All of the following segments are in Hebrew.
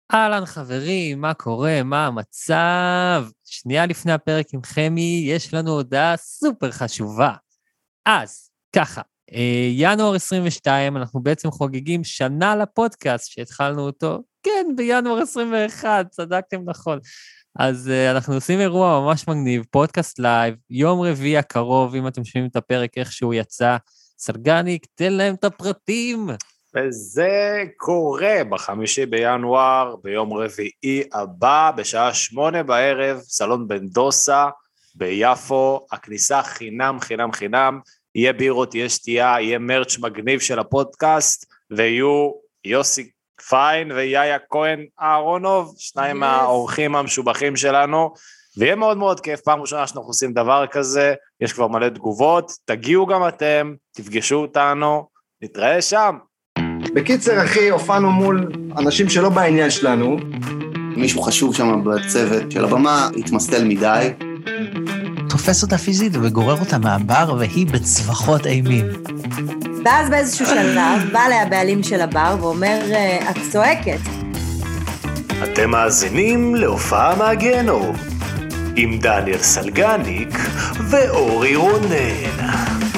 אהלן חברים, מה קורה? מה המצב? שנייה לפני הפרק עם חמי, יש לנו הודעה סופר חשובה. אז, ככה, ינואר 22, אנחנו בעצם חוגגים שנה לפודקאסט שהתחלנו אותו, כן, בינואר 21, צדקתם נכון. אז אנחנו עושים אירוע ממש מגניב, פודקאסט לייב, יום רביעי הקרוב, אם אתם שומעים את הפרק איך שהוא יצא, סרגניק, תן להם את הפרטים. וזה קורה ב5 בינואר, ביום רביעי הבא, בשעה 8 בערב, סלון בן דוסה, ביפו, הכניסה חינם, חינם, חינם, יהיה בירות, יהיה שתייה, יהיה מרץ' מגניב של הפודקאסט, ויהיו יוסי פיין ויאיה כהן אהרונוב, שניים מהאורחים המשובחים שלנו, ויהיה מאוד מאוד כיף, פעם ראשונה שאנחנו עושים דבר כזה, יש כבר מלא תגובות, תגיעו גם אתם, תפגשו אותנו, נתראה שם. בקיצר, אחי, הופענו מול אנשים שלא בעניין שלנו. מישהו חשוב שם בצוות של הבמה, התמסטל מדי. תופס אותה פיזית וגורר אותה מהבר, והיא בצווחות אימים. ואז באיזשהו שלב, בא לה הבעלים של הבר ואומר, את צועקת. אתם מאזינים להופעה מהגיהנום, עם דניאל סלגניק ואורי רונן.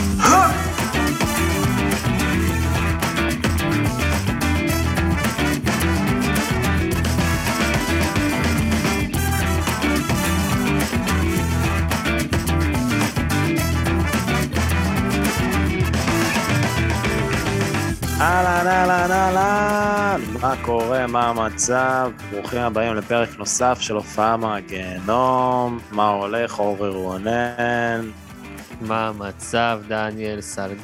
אהלן, מה קורה, מה המצב? ברוכים הבאים לפרק נוסף של הופעה מהגיהנום. מה הולך, אורי רונן? מה המצב, דניאל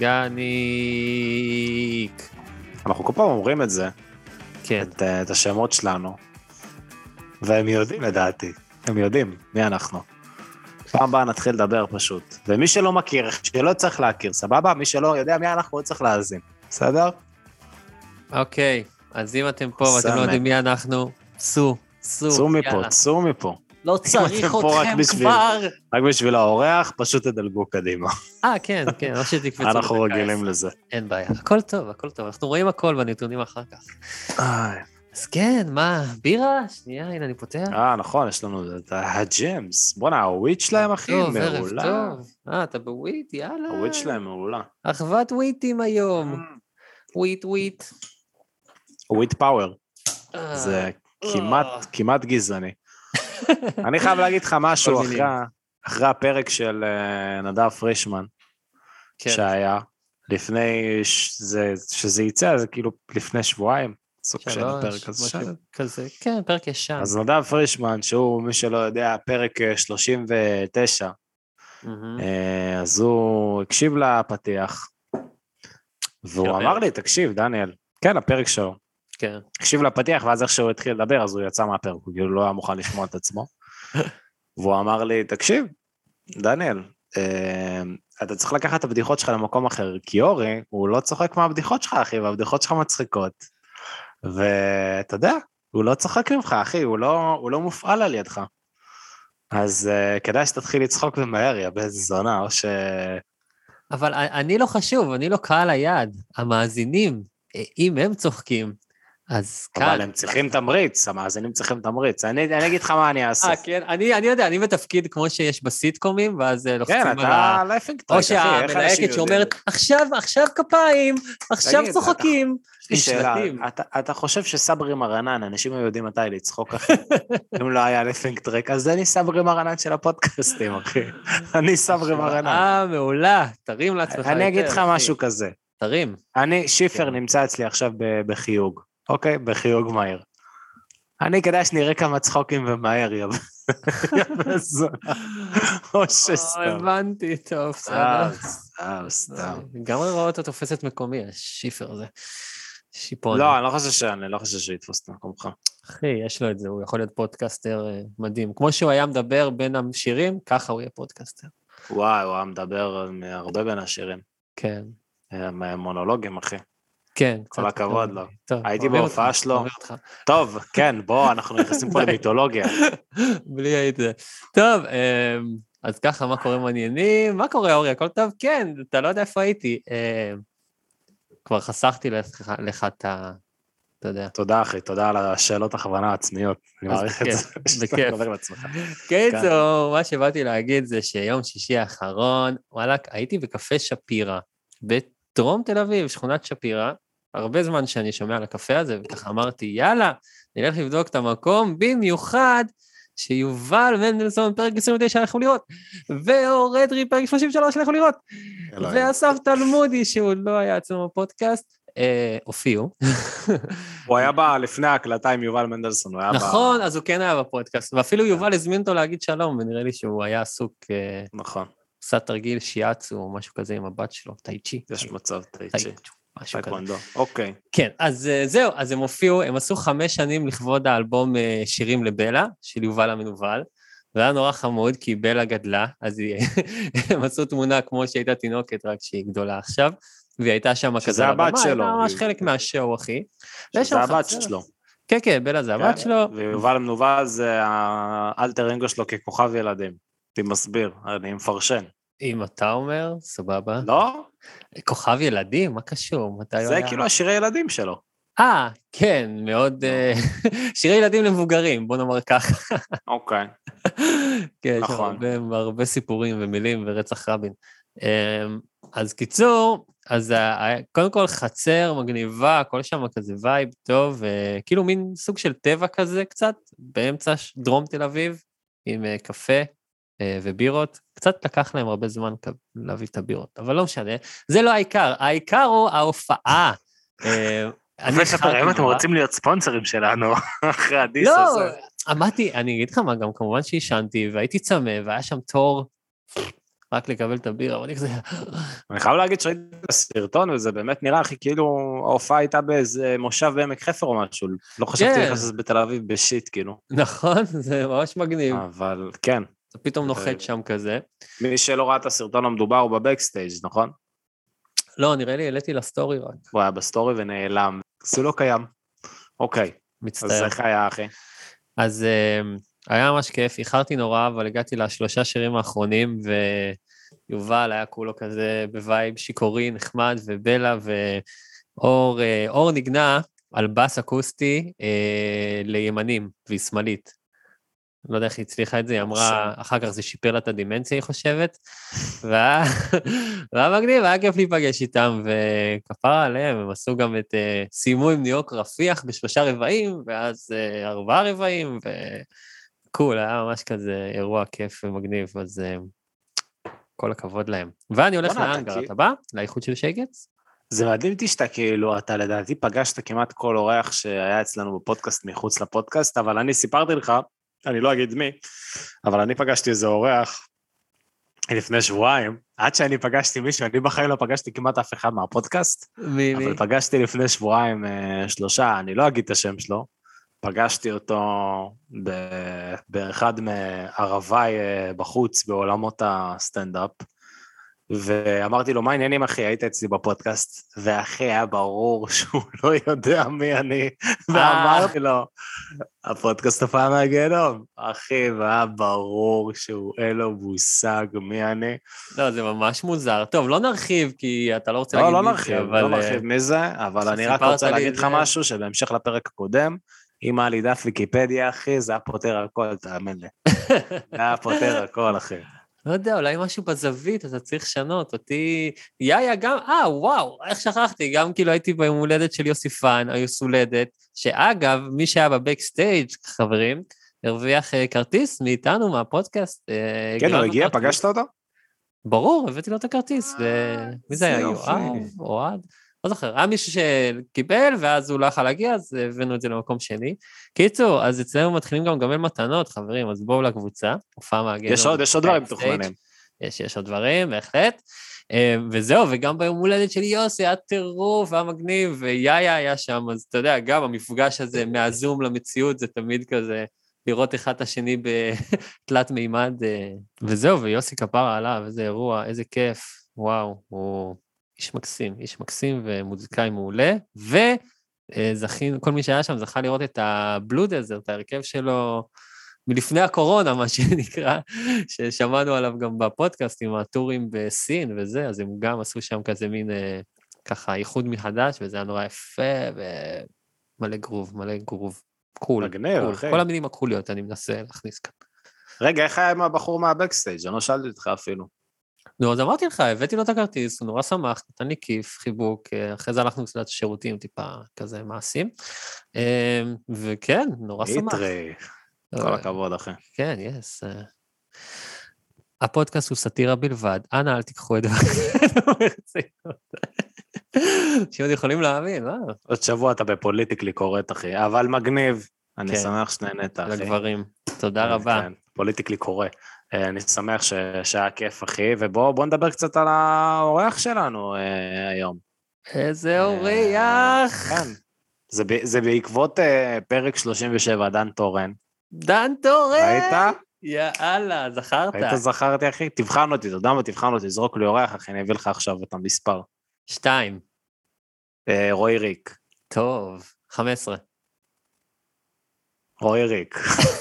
סלגניק? אנחנו כל פעם אומרים את זה, כן. את השמות שלנו, והם יודעים לדעתי, הם יודעים מי אנחנו. פעם הבאה נתחיל לדבר פשוט, ומי שלא מכיר, שלא צריך להכיר, סבבה? מי שלא יודע מי אנחנו, צריך להאזין, בסדר? אוקיי, אז אם אתם פה ואתם לא יודעים מי אנחנו, צאו מפה. לא צריך אתכם כבר. רק בשביל האורח, פשוט תדלגו קדימה. כן, לא שתקפצו. אנחנו רגילים לזה. אין בעיה, הכל טוב, אנחנו רואים הכל בנתונים אחר כך. אז כן, מה, בירה? שנייה, הנה אני פותח. נכון, יש לנו את הג'מס. בוא'נה, הוויט שלהם, אחי, מעולה. טוב, אתה בוויט, יאללה. הוויט שלהם מעולה. אחוות וויטים היום. וויט. וויט פאוור. זה כמעט גזעני. אני חייב להגיד לך משהו אחרי הפרק של נדב פרישמן, שהיה לפני שזה יצא, זה כאילו לפני שבועיים, סוג של הפרק הזה. כן, פרק ישן. אז נדב פרישמן, שהוא מי שלא יודע, פרק 39, אז הוא הקשיב לפתיח, והוא אמר לי, תקשיב, דניאל, כן, הפרק שלו, הקשיב לפתיח, ואז איך שהוא התחיל לדבר, אז הוא יצא מהפרק, הוא כאילו לא היה מוכן לשמוע את עצמו, והוא אמר לי, תקשיב, דניאל, אתה צריך לקחת את הבדיחות שלך למקום אחר, כי אורי, הוא לא צוחק מהבדיחות שלך, אחי, והבדיחות שלך מצחיקות, ואתה יודע, הוא לא צוחק ממך, אחי, הוא לא מופעל על ידך, אז כדאי שתתחיל לצחוק ומהר, יא בן זונה, או ש... אבל אני לא חשוב, אני לא קהל היעד, המאזינים, אם הם צוחקים, אז כאן... אבל הם צריכים תמריץ, המאזינים צריכים תמריץ, אני אגיד לך מה אני אעשה. כן, אני יודע, אני בתפקיד כמו שיש בסיטקומים, ואז לוחצים על כן, אתה לייפינג טרק, או שהמנהקת שאומרת, עכשיו כפיים, עכשיו צוחקים. שאלה, אתה חושב שסברי מרנן, אנשים יודעים מתי לצחוק, אחי? אם לא היה לייפינג טרק, אז אני סברי מרנן של הפודקאסטים, אחי. אני סברי מרנן. מעולה, תרים לעצמך. אני אגיד לך משהו כזה. תרים. שיפר נמצא אצלי עכשיו בחיוג. אוקיי, בחיוג מהיר. אני כדאי שנראה כמה צחוקים ומהר, או שסתם. הבנתי, טוב, סתם. גם רואה אותו תופס את מקומי, השיפר הזה. שיפון. לא, אני לא חושב שהוא יתפוס את מקומך. אחי, יש לו את זה, הוא יכול להיות פודקאסטר מדהים. כמו שהוא היה מדבר בין השירים, ככה הוא יהיה פודקאסטר. וואי, הוא היה מדבר הרבה בין השירים. כן. מונולוגים, אחי. כן. כל הכבוד לו. הייתי בהופעה שלו. טוב, כן, בוא, אנחנו נכנסים פה למיתולוגיה. בלי הייתי. טוב, אז ככה, מה קורה מעניינים? מה קורה, אורי? הכל טוב? כן, אתה לא יודע איפה הייתי. כבר חסכתי לך את אתה יודע. תודה, אחי, תודה על השאלות הכוונה העצמיות. אני מעריך את זה. בכיף. קיצור, מה שבאתי להגיד זה שיום שישי האחרון, וואלק, הייתי בקפה שפירא, בדרום תל אביב, שכונת שפירא, הרבה זמן שאני שומע על הקפה הזה, וככה אמרתי, יאללה, נלך לבדוק את המקום, במיוחד שיובל מנדלסון פרק 29 הלכו לראות, ואור אדרי פרק 33 הלכו לראות, ואסף תלמודי, שהוא לא היה אצלנו בפודקאסט, הופיעו. הוא היה בא לפני ההקלטה עם יובל מנדלסון, הוא היה בא... נכון, אז הוא כן היה בפודקאסט, ואפילו יובל הזמין אותו להגיד שלום, ונראה לי שהוא היה עסוק... נכון. עשה תרגיל שיאצו, או משהו כזה עם הבת שלו, טייצ'י. יש מצב טייצ'י. משהו כזה. אוקיי. כן, אז זהו, אז הם הופיעו, הם עשו 5 שנים לכבוד האלבום שירים לבלה, של יובל המנוול, והיה נורא חמוד, כי בלה גדלה, אז הם עשו תמונה כמו שהייתה תינוקת, רק שהיא גדולה עכשיו, והיא הייתה שם כזה... שזה הבת שלו. הייתה ממש חלק מהשואו, אחי. שזה הבת שלו. כן, כן, בלה זה הבת שלו. ויובל המנוול זה האלטר אנגו שלו ככוכב ילדים. אני מסביר, אני מפרשן. אם אתה אומר, סבבה. לא? כוכב ילדים, מה קשור? זה כאילו השירי ילדים שלו. כן, מאוד... שירי ילדים למבוגרים, בוא נאמר ככה. אוקיי. כן, יש הרבה סיפורים ומילים ורצח רבין. אז קיצור, אז קודם כל חצר מגניבה, כל שם כזה וייב טוב, כאילו מין סוג של טבע כזה קצת, באמצע דרום תל אביב, עם קפה ובירות. קצת לקח להם הרבה זמן להביא את הבירות, אבל לא משנה. זה לא העיקר, העיקר הוא ההופעה. אם אתם רוצים להיות ספונסרים שלנו, אחרי הדיס הזה. לא, אמרתי, אני אגיד לך מה, גם כמובן שישנתי, והייתי צמא, והיה שם תור רק לקבל את הבירה, אבל אני חייב להגיד שהייתי בסרטון, וזה באמת נראה הכי כאילו, ההופעה הייתה באיזה מושב בעמק חפר או משהו, לא חשבתי לחסס בתל אביב בשיט, כאילו. נכון, זה ממש מגניב. אבל כן. אתה פתאום נוחת שם כזה. מי שלא ראה את הסרטון המדובר הוא בבקסטייג', נכון? לא, נראה לי, העליתי לסטורי רק. הוא היה בסטורי ונעלם. זה לא קיים. אוקיי. מצטער. אז איך היה, אחי? אז היה ממש כיף, איחרתי נורא, אבל הגעתי ל3 שירים האחרונים, ויובל היה כולו כזה בווייב שיקורי, נחמד, ובלה, ואור נגנה על בס אקוסטי לימנים, והיא שמאלית. לא יודע איך היא הצליחה את זה, היא אמרה, אחר כך זה שיפר לה את הדימנציה, היא חושבת, והיה מגניב, היה כיף להיפגש איתם, וכפרה עליהם, הם עשו גם את, סיימו עם ניו יורק רפיח ב3 רבעים, ואז 4 רבעים, וקול, היה ממש כזה אירוע כיף ומגניב, אז כל הכבוד להם. ואני הולך לאנגר, אתה בא? לאיחוד של שייגץ? זה מדהים אותי שאתה כאילו, אתה לדעתי פגשת כמעט כל אורח שהיה אצלנו בפודקאסט מחוץ לפודקאסט, אבל אני סיפרתי לך, אני לא אגיד מי, אבל אני פגשתי איזה אורח לפני שבועיים, עד שאני פגשתי מישהו, אני בחיים לא פגשתי כמעט אף אחד מהפודקאסט, אבל פגשתי לפני שבועיים 3, אני לא אגיד את השם שלו, פגשתי אותו באחד מערביי בחוץ בעולמות הסטנדאפ, ואמרתי לו, מה העניינים אחי, היית אצלי בפודקאסט, ואחי היה ברור שהוא לא יודע מי אני, ואמרתי לו, הפודקאסט הפעם מהגיהנום, אחי, והיה ברור שהוא אין לו מושג מי אני. לא, זה ממש מוזר. טוב, לא נרחיב, כי אתה לא רוצה להגיד מי זה, אבל... לא נרחיב מי זה, אבל אני רק רוצה להגיד לך משהו, שבהמשך לפרק הקודם, אם היה לי דף ויקיפדיה, אחי, זה היה פותר הכל, תאמן לי. זה היה פותר הכל, אחי. לא יודע, אולי משהו בזווית, אתה צריך לשנות אותי. יאיה גם, וואו, איך שכחתי, גם כאילו הייתי ביום הולדת של יוסיפן, או יוסולדת, שאגב, מי שהיה בבקסטייג' חברים, הרוויח כרטיס מאיתנו, מהפודקאסט. כן, הוא הגיע, פגשת אותו? ברור, הבאתי לו את הכרטיס, ומי זה היה? יואב, אוהד? לא זוכר, היה מישהו שקיבל, ואז הוא לא יכול להגיע, אז הבאנו את זה למקום שני. קיצור, אז אצלנו מתחילים גם לקבל מתנות, חברים, אז בואו לקבוצה, הופעה מהגנום. יש עוד דברים מתוכננים. יש עוד דברים, בהחלט. וזהו, וגם ביום הולדת של יוסי, היה טירוף, היה מגניב, ויאיה היה שם, אז אתה יודע, גם המפגש הזה מהזום למציאות, זה תמיד כזה, לראות אחד את השני בתלת מימד, וזהו, ויוסי כפרה עליו, איזה אירוע, איזה כיף, וואו, הוא... איש מקסים ומוזיקאי מעולה, וזכין, כל מי שהיה שם זכה לראות את הבלו דזרט, ההרכב שלו מלפני הקורונה, מה שנקרא, ששמענו עליו גם בפודקאסט עם הטורים בסין וזה, אז הם גם עשו שם כזה מין ככה איחוד מחדש, וזה היה נורא יפה, מלא גרוב, מלא גרוב. קול. מגניב, אחי. כל המילים הקוליות אני מנסה להכניס כאן. רגע, איך היה עם הבחור מהבקסטייג'? אני לא שאלתי אותך אפילו. נו, אז אמרתי לך, הבאתי לו את הכרטיס, הוא נורא שמח, נתן לי כיף, חיבוק, אחרי זה הלכנו קצת שירותים, טיפה כזה מעשים, וכן, נורא שמח. איתרי, כל הכבוד, אחי. כן, יס. הפודקאסט הוא סאטירה בלבד, אנא אל תיקחו את זה. שעוד יכולים להאמין, מה? עוד שבוע אתה בפוליטיקלי קורט, אחי, אבל מגניב. אני שמח שנהנית, אחי. לגברים. תודה רבה. פוליטיקלי קורא. אני שמח שהיה כיף, אחי, ובואו נדבר קצת על האורח שלנו היום. איזה אורח! כן, זה בעקבות פרק 37, דן טורן. דן טורן! ראית? יאללה, זכרת. היית זכרתי, אחי? תבחן אותי, אתה יודע מה? תבחן אותי, זרוק לי אורח, אחי, אני אביא לך עכשיו את המספר. 2. רועי ריק. טוב, 15. רועי ריק.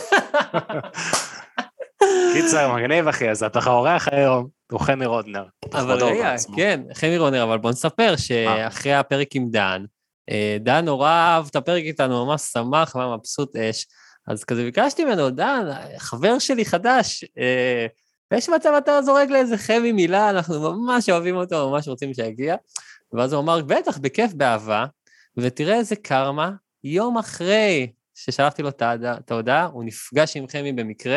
קיצר, מגניב, אחי, אז אתה אורח היום, הוא חמי רודנר. אבל רגע, כן, חמי רודנר, אבל בוא נספר שאחרי הפרק עם דן, דן נורא אהב את הפרק איתנו, ממש שמח, ממש מבסוט אש, אז כזה ביקשתי ממנו, דן, חבר שלי חדש, ויש מצב אתה זורק לאיזה חמי מילה, אנחנו ממש אוהבים אותו, ממש רוצים שיגיע, ואז הוא אמר, בטח, בכיף, באהבה, ותראה איזה קרמה, יום אחרי ששלחתי לו את ההודעה, הוא נפגש עם חמי במקרה,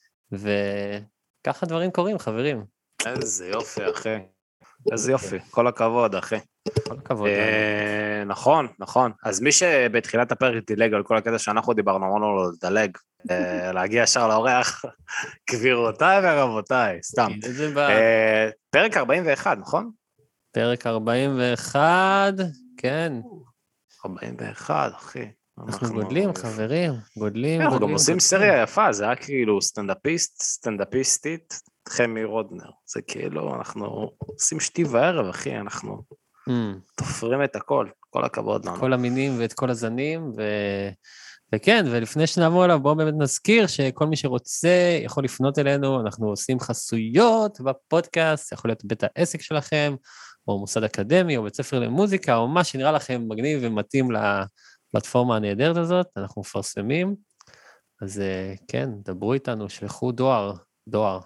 וככה דברים קורים, חברים. איזה יופי, אחי. איזה יופי, כל הכבוד, אחי. כל הכבוד. נכון, נכון. אז מי שבתחילת הפרק דילג על כל הקטע שאנחנו דיברנו, אמרנו לו לדלג, להגיע ישר לאורח, גבירותיי ורבותיי, סתם. פרק 41, נכון? פרק 41, כן. 41, אחי. אנחנו גודלים, חברים, גודלים. אנחנו גם עושים סריה יפה, זה היה כאילו סטנדאפיסטית, חמי רודנר. זה כאילו, אנחנו עושים שתי וערב, אחי, אנחנו תופרים את הכל, כל הכבוד לנו. כל המינים ואת כל הזנים, וכן, ולפני שנעבור אליו, בואו באמת נזכיר שכל מי שרוצה יכול לפנות אלינו, אנחנו עושים חסויות בפודקאסט, יכול להיות בית העסק שלכם, או מוסד אקדמי, או בית ספר למוזיקה, או מה שנראה לכם מגניב ומתאים לפלטפורמה הנהדרת הזאת, אנחנו מפרסמים, אז כן, דברו איתנו, שלחו דואר.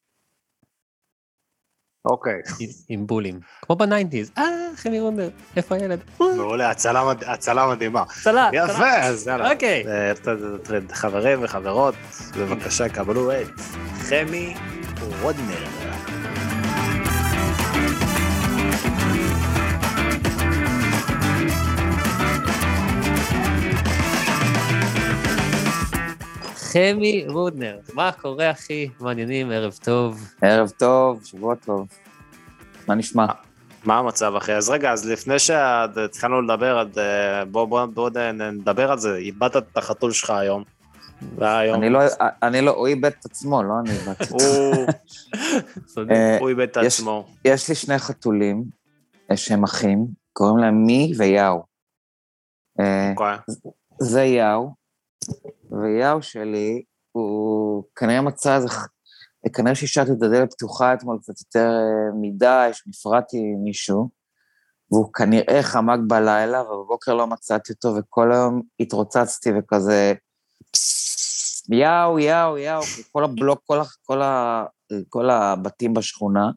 אוקיי. עם בולים. כמו בניינטיז. חמי רונדר, איפה הילד? מעולה, הצלה מדהימה. הצלה. יפה, אז יאללה. אוקיי. חברים וחברות, בבקשה, קבלו את חמי רודנר. חמי רודנר, מה קורה אחי? מעניינים, ערב טוב. ערב טוב, שבוע טוב. מה נשמע? מה המצב אחי? אז רגע, אז לפני שהתחלנו לדבר, בוא נדבר על זה, איבדת את החתול שלך היום. אני לא, הוא איבד את עצמו, לא אני איבד את עצמו. הוא איבד את עצמו. יש לי 2 חתולים, שהם אחים, קוראים להם מי ויאו. זה יאו. ויאו שלי, הוא כנראה מצא איזה, כנראה שהשארתי את הדלת פתוחה אתמול קצת יותר מדי, שנפרדתי עם מישהו, והוא כנראה חמק בלילה, ובבוקר לא מצאתי אותו, וכל היום התרוצצתי וכזה, יאו, כל הבלוק, כל הבתים בשכונה,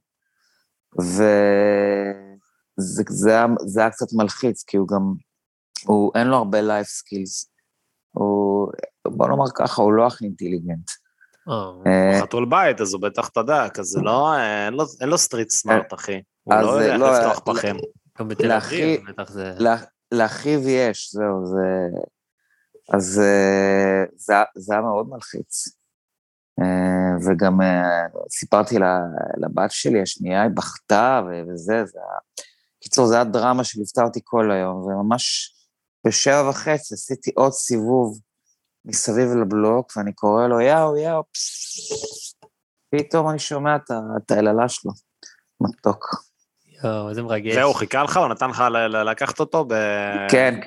וזה היה קצת מלחיץ, כי הוא גם, אין לו הרבה life skills, בוא נאמר ככה, הוא לא הכי אינטליגנט. הוא חתול בית, אז הוא בטח תדע, כזה לא, אין לו סטריט סמארט, אחי. הוא לא יודע לפתוח פחים. גם בתל אביב, בטח זה... לאחיו יש, זהו, אז זה היה מאוד מלחיץ. וגם סיפרתי לבת שלי, השנייה, היא בכתה, וזה, קיצור, זה היה דרמה שליוותה אותי כל היום, וממש... ב7:30 עשיתי עוד סיבוב מסביב לבלוק, ואני קורא לו, יאו, פתאום אני שומע את האללה שלו, מתוק. יאו, איזה מרגש. זהו, חיכה לך, הוא נתן לך לקחת אותו כן.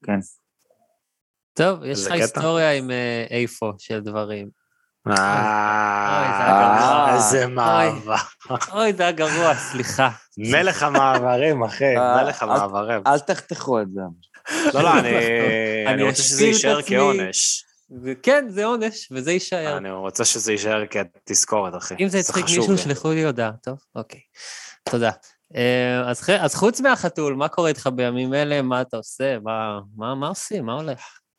טוב, יש לך היסטוריה עם איפה של דברים. איזה מעבר. אוי, זה הגרוע, סליחה. מלך המעברים, אחי, מלך המעברים. אל תחתכו את זה. לא, אני רוצה שזה יישאר כעונש. כן, זה עונש, וזה יישאר. אני רוצה שזה יישאר כתזכורת, אחי. אם זה יצחיק מישהו, שלחו לי הודעה, טוב? אוקיי. תודה. אז חוץ מהחתול, מה קורה איתך בימים אלה? מה אתה עושה? מה עושים? מה הולך?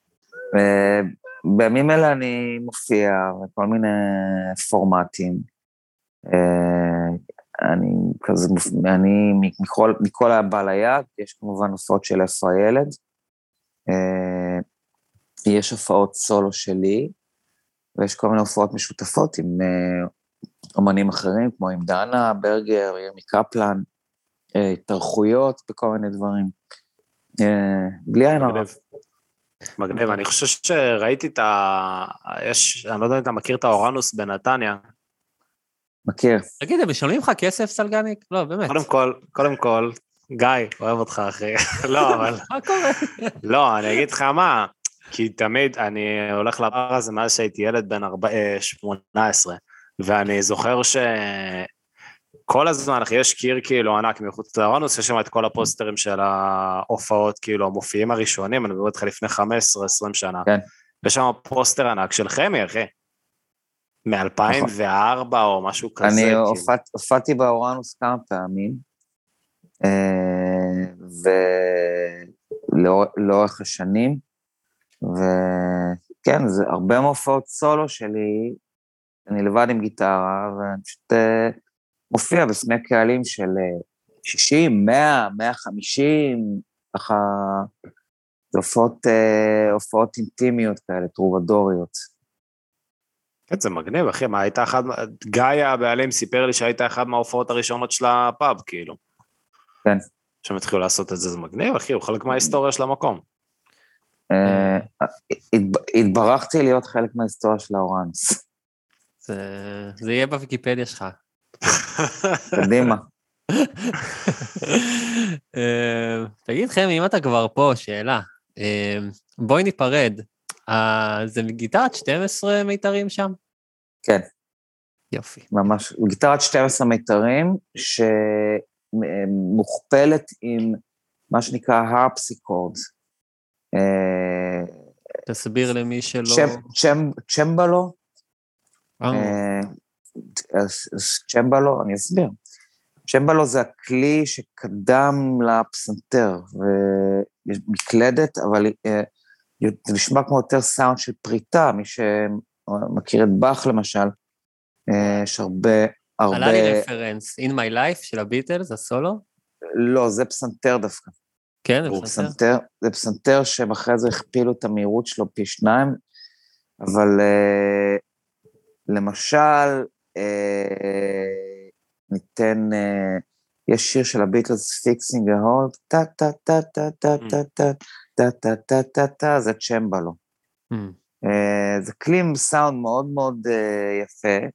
בימים אלה אני מופיע בכל מיני פורמטים. אני מכל הבא ליד, יש כמובן הופעות של איפה הילד, יש הופעות סולו שלי, ויש כל מיני הופעות משותפות עם אומנים אחרים, כמו עם דנה ברגר, ירמי קפלן, התארחויות בכל מיני דברים. בלי עין הרע. מגניב, אני חושב שראיתי אני לא יודע אם אתה מכיר את האורנוס בנתניה. מכיר. תגיד, הם משלמים לך כסף, סלגניק? לא, באמת. קודם כל, גיא, אוהב אותך, אחי. לא, אבל... מה קורה? לא, אני אגיד לך מה, כי תמיד אני הולך לבר הזה מאז שהייתי ילד בן 18, ואני זוכר שכל הזמן, אחי, יש קיר כאילו ענק מחוץ לאורנוס, יש שם את כל הפוסטרים של ההופעות, כאילו, המופיעים הראשונים, אני מדבר איתך לפני 15-20 שנה. כן. יש שם פוסטר ענק של חמי, אחי. מ-2004 או משהו כזה. אני הופעתי באורנוס כמה פעמים, ולאורך השנים, וכן, זה הרבה מהופעות סולו שלי, אני לבד עם גיטרה, ואני פשוט מופיע בפני קהלים של 60, 100, 150, ככה, זה הופעות אינטימיות כאלה, טרובדוריות. כן, זה מגניב, אחי, מה הייתה גיא הבעלים סיפר לי שהייתה אחד מההופעות הראשונות של הפאב, כאילו. כן. שהם התחילו לעשות את זה, זה מגניב, אחי, הוא חלק מההיסטוריה של המקום. התברכתי להיות חלק מההיסטוריה של האורנס. זה יהיה בוויקיפדיה שלך. קדימה. תגיד לכם, אם אתה כבר פה, שאלה, בואי ניפרד, זה גיטרת 12 מיתרים שם? כן. יופי. ממש, גיטרת 12 מיתרים, שמוכפלת עם מה שנקרא הרפסיקורד. תסביר למי שלא... צ'מבלו? צ'מבלו, אני אסביר. צ'מבלו זה הכלי שקדם לפסנתר, ויש מקלדת, אבל זה נשמע כמו יותר סאונד של פריטה, מי שמכיר את באך למשל, יש הרבה... עלה לי רפרנס, In My Life של הביטלס, הסולו? לא, זה פסנתר דווקא. כן, זה פסנתר? זה פסנתר שאחרי זה הכפילו את המהירות שלו פי 2, אבל למשל, ניתן, יש שיר של הביטלס, Fixing a Hole, טה טה טה טה טה טה טה טה טה טה טה טה, זה צ'מבלו. זה כלי עם סאונד מאוד מאוד יפה,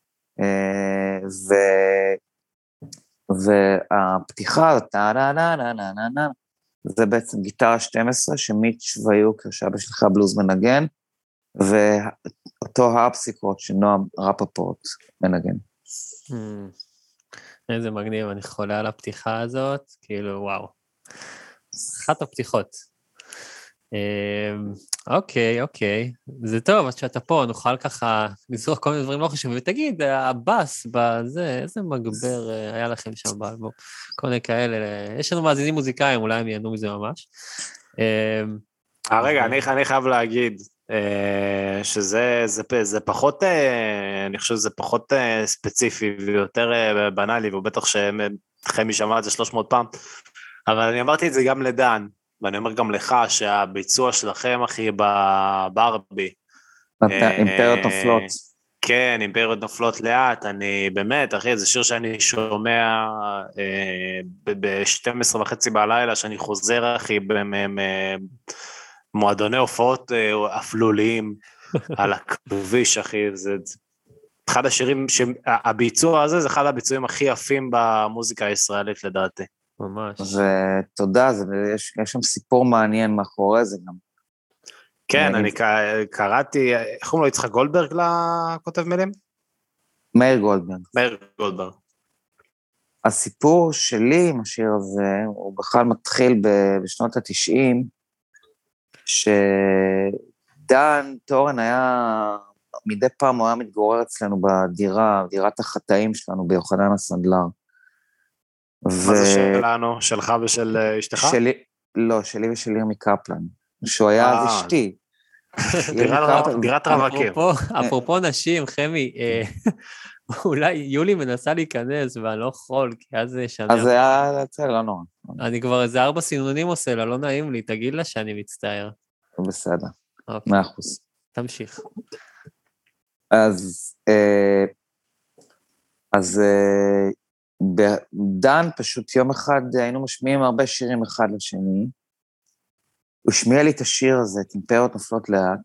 והפתיחה, זה בעצם גיטרה 12, שמיץ' ויוקר, שאבא שלך בלוז מנגן, ואותו הרפסיקורד שנועם רפפורט מנגן. איזה מגניב, אני חולה על הפתיחה הזאת, כאילו וואו. אחת הפתיחות. אוקיי, זה טוב, אז שאתה פה, נוכל ככה לזרוק כל מיני דברים לא חשובים, ותגיד, הבאס בזה, איזה מגבר היה לכם שם באלבום, כל מיני כאלה, יש לנו מאזינים מוזיקאים, אולי הם ייהנו מזה ממש. רגע, אני חייב להגיד, שזה פחות, אני חושב שזה פחות ספציפי, ויותר בנאלי, ובטח שחמי שמע את זה 300 פעם, אבל אני אמרתי את זה גם לדן, ואני אומר גם לך שהביצוע שלכם, אחי, בברבי. אימפריות נופלות. כן, אימפריות נופלות לאט, אני באמת, אחי, זה שיר שאני שומע ב-12:30 בלילה, שאני חוזר, אחי, במועדוני הופעות אפלוליים על הכביש, אחי, זה אחד השירים, הביצוע הזה זה אחד הביצועים הכי יפים במוזיקה הישראלית, לדעתי. ממש. ותודה, יש שם סיפור מעניין מאחורי זה גם. כן, אני קראתי, איך קוראים לו, יצחק גולדברג לכותב מילים? מאיר גולדברג. מאיר גולדברג. הסיפור שלי עם השיר הזה, הוא בכלל מתחיל בשנות ה-90, שדן טורן היה, מדי פעם הוא היה מתגורר אצלנו בדירה, דירת החטאים שלנו ביוחנן הסנדלר. מה זה שלנו? שלך ושל אשתך? לא, שלי ושל ירמי קפלן, שהוא היה אז אשתי. דירת רווקים. אפרופו נשים, חמי, אולי יולי מנסה להיכנס ואני לא יכול, כי אז זה שנה. אז זה היה יצא, לא נורא. אני כבר איזה 4 סינונים עושה לה, לא נעים לי, תגיד לה שאני מצטער. בסדר, 100%. תמשיך. אז דן פשוט יום אחד היינו משמיעים הרבה שירים אחד לשני, הוא השמיע לי את השיר הזה, את אימפריות נופלות לאט,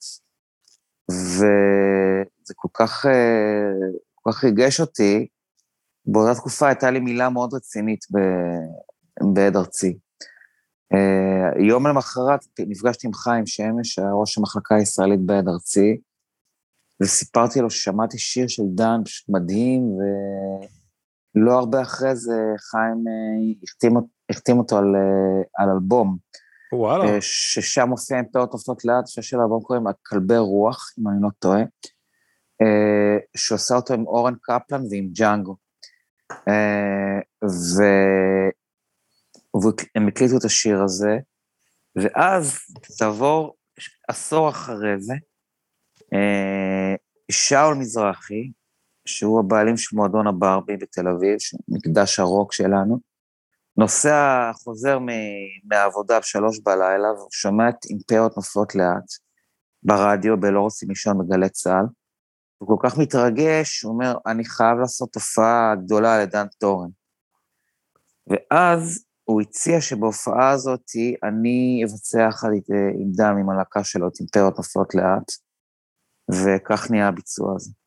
וזה כל כך ריגש אותי, באותה תקופה הייתה לי מילה מאוד רצינית בעד ארצי. יום למחרת נפגשתי עם חיים שמש, ראש המחלקה הישראלית בעד ארצי, וסיפרתי לו ששמעתי שיר של דן, פשוט מדהים, ולא הרבה אחרי זה חיים החתים אותו על אלבום, ששם מופיע אימפריות נופלות לאט, של האלבום קוראים כלבי רוח, אם אני לא טועה, שעושה אותו עם אורן קפלן ועם ג'אנגו. והם הקליטו את השיר הזה, ואז תעבור עשור אחרי זה, שאול מזרחי, שהוא הבעלים של מועדון הברבי בתל אביב, מקדש הרוק שלנו, נוסע חוזר מהעבודה ב3 בלילה, והוא שומע את אימפריות נופלות לאט, ברדיו, בלא רוצים לישון בגלי צהל, הוא כל כך מתרגש, הוא אומר, אני חייב לעשות תופעה גדולה לדן טורן. ואז הוא הציע שבהופעה הזאת אני אבצע יחד עם דן, עם הלהקה שלו, את אימפריות נופלות לאט, וכך נהיה הביצוע הזה.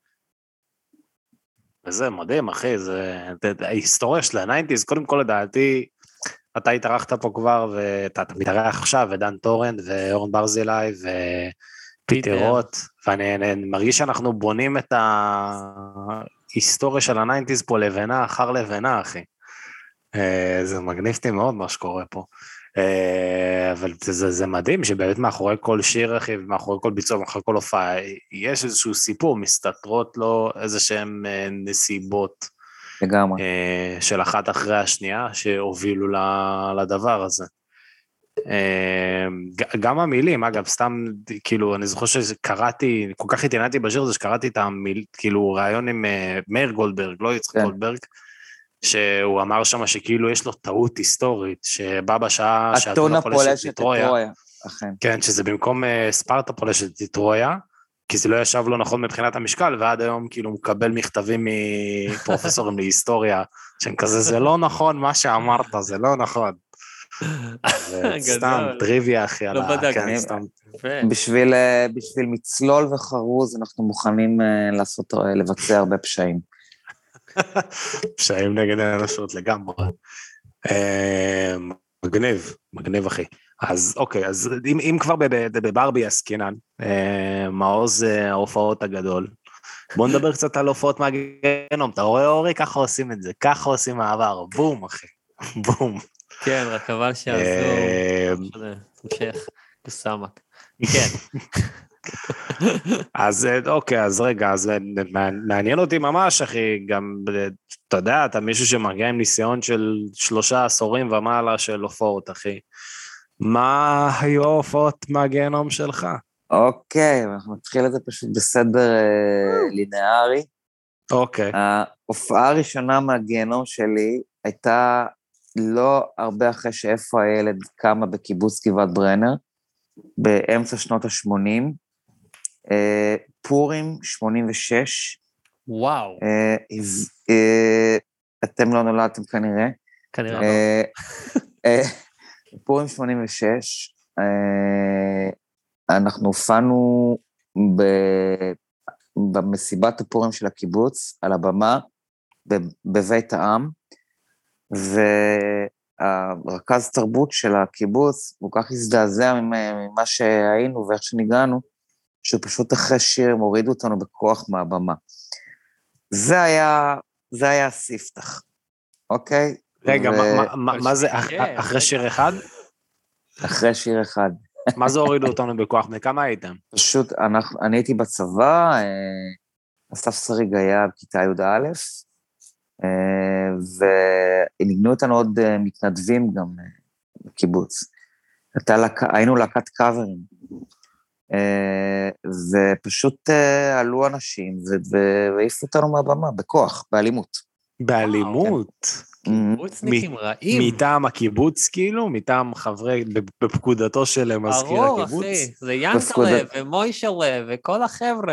וזה מדהים, אחי, זה ההיסטוריה של ה-90s, קודם כל לדעתי, אתה התארחת פה כבר, ואתה מתארח עכשיו, ודן טורן, ואורן ברזילי, ופיטר רוט, ואני מרגיש שאנחנו בונים את ההיסטוריה של ה-90s פה לבנה אחר לבנה, אחי. זה מגניבתי מאוד מה שקורה פה. אבל זה מדהים שבאמת מאחורי כל שיר, אחי, ומאחורי כל ביצוע, מאחורי כל הופעה, יש איזשהו סיפור, מסתתרות לו איזשהם נסיבות. לגמרי. של אחת אחרי השנייה, שהובילו לדבר הזה. גם המילים, אגב, סתם, כאילו, אני זוכר שקראתי, כל כך התעניינתי בשיר הזה, שקראתי את המיל, כאילו, רעיון עם מאיר גולדברג, לא יצחק גולדברג, שהוא אמר שם שכאילו יש לו טעות היסטורית, שבא בשעה שהאתונה פולשת לטרויה, כן, שזה במקום ספרטה פולשת לטרויה, כי זה לא ישב לו נכון מבחינת המשקל, ועד היום כאילו מקבל מכתבים מפרופסורים להיסטוריה, שהם כזה, זה לא נכון מה שאמרת, זה לא נכון. סתם טריוויה, אחי. לא בדקתי. בשביל מצלול וחרוז, אנחנו מוכנים לבצע הרבה פשעים. פשעים נגד האנושות לגמרי. מגניב אחי. אז אוקיי, אז אם כבר בברבי עסקינן, מעוז ההופעות הגדול, בוא נדבר קצת על הופעות מהגיהנום, אתה רואה אורי, ככה עושים את זה, ככה עושים מעבר, בום אחי, בום. כן, רק חבל שעזור, המשך, קוסמק, כן. אז אוקיי, אז רגע, אז מעניין אותי ממש, אחי, גם, אתה יודע, אתה מישהו שמגיע עם ניסיון של 3 עשורים ומעלה של הופעות, אחי. מה היו ההופעות מהגיהנום שלך? אוקיי, אנחנו נתחיל את זה פשוט בסדר לינארי. אוקיי. ההופעה הראשונה מהגיהנום שלי הייתה לא הרבה אחרי שאיפה הילד קמה בקיבוץ גבעת ברנר, באמצע שנות ה-80, פורים 86. וואו. אתם לא נולדתם כנראה. כנראה לא. פורים 86, אנחנו הופענו במסיבת הפורים של הקיבוץ, על הבמה, בבית העם, והרכז תרבות של הקיבוץ, הוא כך הזדעזע ממה שהיינו ואיך שניגענו, שהוא פשוט אחרי שיר הם הורידו אותנו בכוח מהבמה. זה היה הספתח, אוקיי? רגע, מה זה, אחרי שיר אחד? אחרי שיר אחד. מה זה הורידו אותנו בכוח? בכמה הייתם? פשוט, אני הייתי בצבא, אסף שריג היה בכיתה י"א, וניגנו אותנו עוד מתנדבים גם בקיבוץ. היינו להקת קאברים, ופשוט עלו אנשים והעיפו אותנו מהבמה, בכוח, באלימות. באלימות? קיבוצניקים רעים. מטעם הקיבוץ כאילו? מטעם חברי, בפקודתו של מזכיר הקיבוץ? ברור, אחי, זה ינקלה ומוישלה וכל החבר'ה.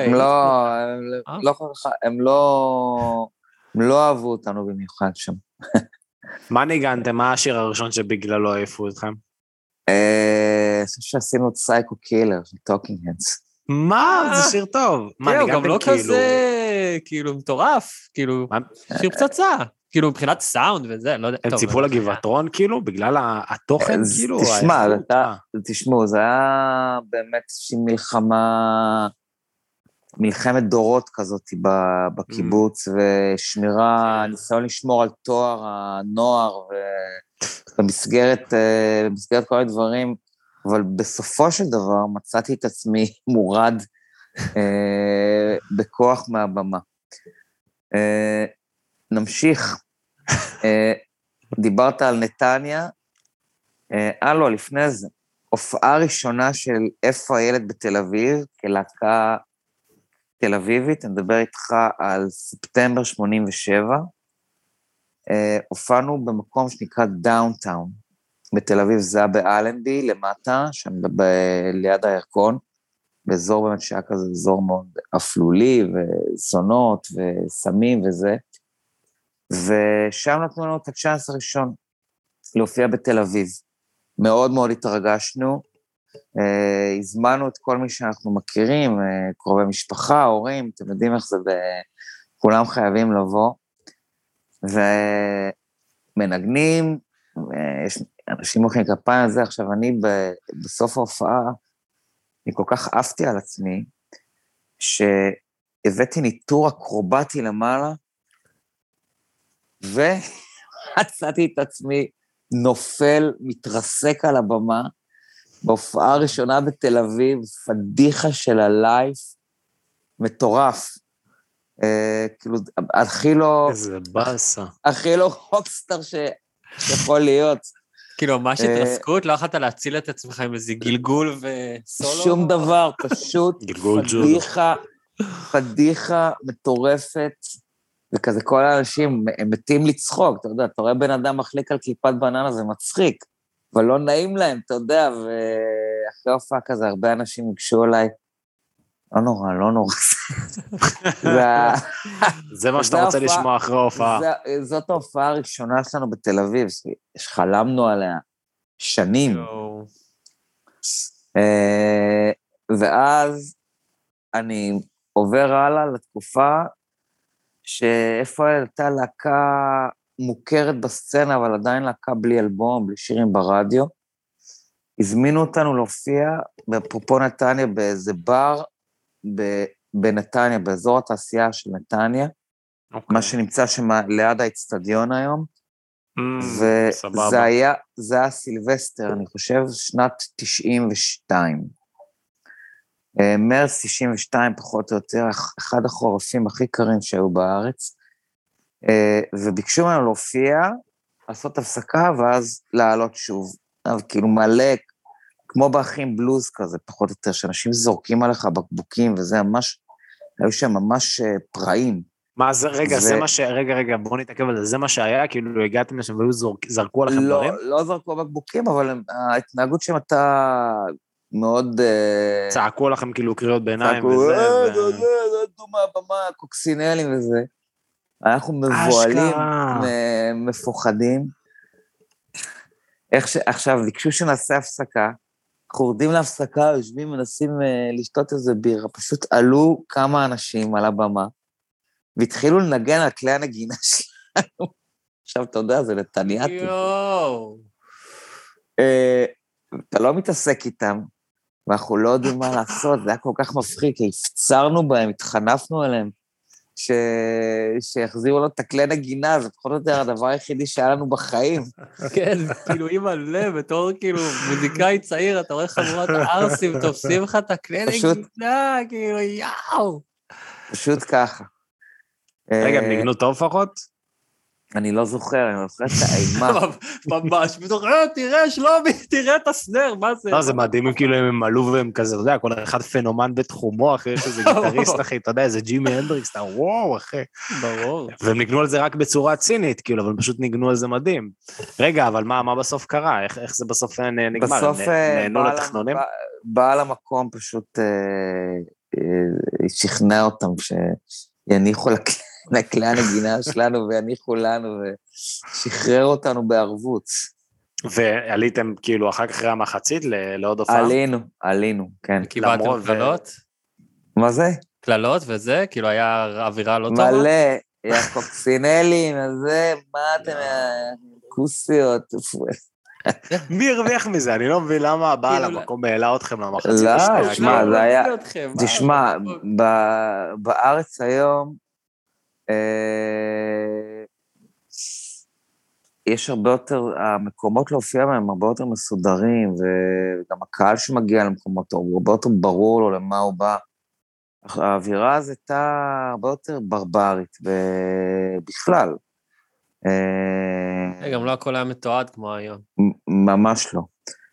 הם לא אהבו אותנו במיוחד שם. מה ניגנתם? מה השיר הראשון שבגללו העיפו אתכם? אני חושב שעשינו את סייקו קילר של טוקינג הדס. מה? זה שיר טוב. כן, גם לא כזה, כאילו, מטורף, כאילו, שיר פצצה, כאילו, מבחינת סאונד וזה, לא יודע. הם ציפו לגבעתרון, כאילו, בגלל התוכן, כאילו, תשמעו, זה היה באמת מלחמת דורות כזאת בקיבוץ, ושמירה, ניסיון לשמור על תואר הנוער, ובמסגרת כל הדברים, אבל בסופו של דבר מצאתי את עצמי מורד בכוח מהבמה. נמשיך. דיברת על נתניה. לא, לפני זה. הופעה ראשונה של איפה הילד בתל אביב, כלהקה תל אביבית, אני מדבר איתך על ספטמבר 87, הופענו במקום שנקרא דאונטאון, בתל אביב, זה היה באלנבי, למטה, שם ליד הירקון, באזור באמת שהיה כזה, אזור מאוד אפלולי, וזונות, וסמים וזה, ושם נתנו לנו את הצ'אנס הראשון, להופיע בתל אביב. מאוד מאוד התרגשנו, הזמנו את כל מי שאנחנו מכירים, קרובי משפחה, הורים, אתם יודעים איך זה, כולם חייבים לבוא, ומנגנים, יש אנשים מוחאים כפיים על זה, עכשיו אני בסוף ההופעה, אני כל כך עפתי על עצמי, שהבאתי ניטור אקרובטי למעלה, והצאתי את עצמי, נופל, מתרסק על הבמה, בהופעה הראשונה בתל אביב, פדיחה של הלייף, מטורף. כאילו, הכי לא... איזה בסה. הכי לא רוקסטאר שיכול להיות. כאילו, ממש התרסקות, לא יכולת להציל את עצמך עם איזה גלגול וסולו? שום דבר, פשוט פדיחה מטורפת, וכזה כל האנשים הם מתים לצחוק, אתה יודע, אתה רואה בן אדם מחליק על קליפת בננה, זה מצחיק, אבל לא נעים להם, אתה יודע, ואחרי הופעה כזה, הרבה אנשים ייגשו אליי, לא נורא. זה מה שאתה רוצה לשמוע אחרי ההופעה. זאת ההופעה הראשונה שלנו בתל אביב, שחלמנו עליה שנים. ואז אני עובר הלאה לתקופה, שאיפה הייתה להקה מוכרת בסצנה, אבל עדיין להקה בלי אלבום, בלי שירים ברדיו. הזמינו אותנו להופיע בפרופו נתניה באיזה בר בנתניה, באזור התעשייה של נתניה, מה שנמצא שם ליד האצטדיון היום, וזה היה סילבסטר, אני חושב, שנת 92. מרס 92 פחות או יותר, אחד החורפים הכי קרים שהיו בארץ, וביקשו ממנו להופיע, לעשות הפסקה, ואז לעלות שוב. אבל כאילו מלא, כמו באחים בלוז כזה, פחות או יותר, שאנשים זורקים עליך בקבוקים, וזה ממש, היו שם ממש פראים. מה זה, רגע, בואו נתעכב על זה, זה מה שהיה, כאילו הגעתם לשם והיו זרקו עליכם דברים? לא זרקו בקבוקים, אבל ההתנהגות שם הייתה מאוד... צעקו לכם כאילו קריאות ביניים וזה. צעקו, מהבמה, קוקסינלים וזה. אנחנו מבועלים, מפוחדים. עכשיו, ביקשו שנעשה הפסקה, אנחנו יורדים להפסקה, יושבים, מנסים לשתות איזה בירה, פשוט עלו כמה אנשים על הבמה, והתחילו לנגן על כלי הנגינה שלנו. עכשיו, אתה יודע, זה נתניאתי. אתה לא מתעסק איתם, ואנחנו לא יודעים מה לעשות, זה היה כל כך מפחיד, כי הפצרנו בהם, התחנפנו עליהם, שיחזירו לו את הכלי נגינה, זה פחות או יותר הדבר היחידי שהיה לנו בחיים. כן, כאילו, אימא לב, בתור כאילו מוזיקאי צעיר, אתה רואה חבורת הערסים, תופסים לך את הכלי נגינה, כאילו, יאו. פשוט ככה. רגע, הם ניגנו טוב לפחות? אני לא זוכר, אני לא זוכר את האימה. ממש, בתוך, תראה, שלומי, תראה את הסנר, מה זה? לא, זה מדהים, כאילו הם עלו והם כזה, אתה יודע, כל אחד פנומן בתחומו, אחי, יש איזה גיטריסט, אחי, אתה יודע, איזה ג'ימי הנדריקס, אתה וואו, אחי. ברור. והם ניגנו על זה רק בצורה צינית, כאילו, אבל פשוט ניגנו על זה מדהים. רגע, אבל מה בסוף קרה? איך זה בסוף נגמר? בסוף נהנו לתכנונים? בעל המקום פשוט שכנע אותם שיניחו לכלי הנגינה שלנו ויניחו לנו ושחרר אותנו בערבות. ועליתם כאילו אחר כך אחרי המחצית לעוד הופעה? עלינו, כן. קיבלתם קללות? מה זה? קללות וזה? כאילו היה אווירה לא טובה? מלא, היה קוקסינלים, זה, מה אתם, כוסיות, מי הרוויח מזה? אני לא מבין למה הבעל המקום העלה אתכם למחצית השנייה. לא, תשמע, זה היה, תשמע, בארץ היום, יש הרבה יותר, המקומות להופיע מהם הרבה יותר מסודרים, וגם הקהל שמגיע למקומות, הוא הרבה יותר ברור לו למה הוא בא. האווירה הזאת הייתה הרבה יותר ברברית, בכלל. גם לא הכל היה מתועד כמו היום. ממש לא.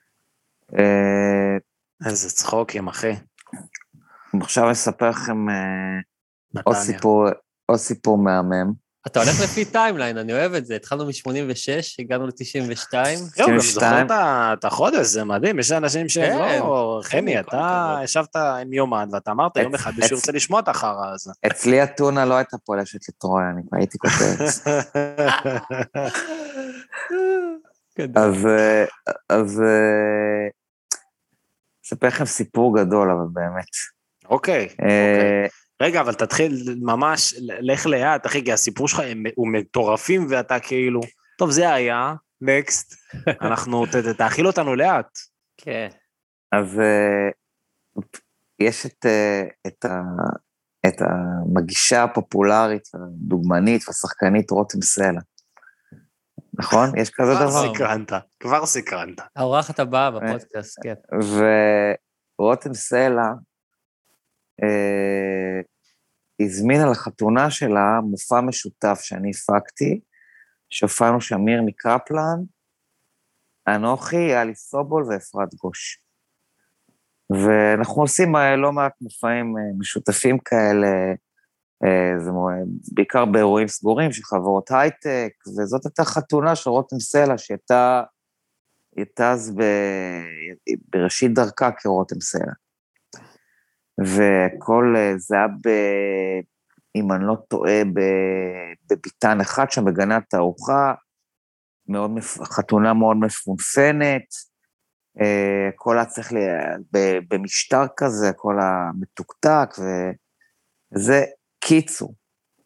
איזה צחוקים, אחי. עכשיו אני אספר לכם עוד סיפור מהמם. אתה הולך לפי טיימליין, אני אוהב את זה. התחלנו מ-86, הגענו ל-92. זהו, גם זוכר את החודש, זה מדהים. יש אנשים שהם לא... חמי, אתה ישבת עם יומן, ואתה אמרת יום אחד שהוא רוצה לשמוע את החרא הזה. אצלי הטונה לא הייתה פולשת לטרויה, אני כבר הייתי כותב. אז אספר לכם סיפור גדול, אבל באמת. אוקיי. רגע, אבל תתחיל ממש, לך לאט, אחי, כי הסיפור שלך הוא מטורפים, ואתה כאילו, טוב, זה היה, נקסט, אנחנו, תאכיל אותנו לאט. כן. אז יש את המגישה הפופולרית, הדוגמנית והשחקנית רותם סלע. נכון? יש כזה דבר? כבר סקרנת. האורחת הבאה בפודקאסט, כן. ורותם סלע, הזמינה לחתונה שלה מופע משותף שאני הפקתי, שהופענו שמיר מקפלן, אנוכי, יאלי סובול ואפרת גוש. ואנחנו עושים לא מעט מופעים משותפים כאלה, זה בעיקר באירועים סגורים של חברות הייטק, וזאת הייתה חתונה של רותם סלע, שהייתה אז בראשית דרכה כרותם סלע. וכל זה היה, אם אני לא טועה, בביתן אחד שם בגני התערוכה, חתונה מאוד מפונפנת, כל הצריך במשטר כזה, כל המתוקתק, וזה קיצור.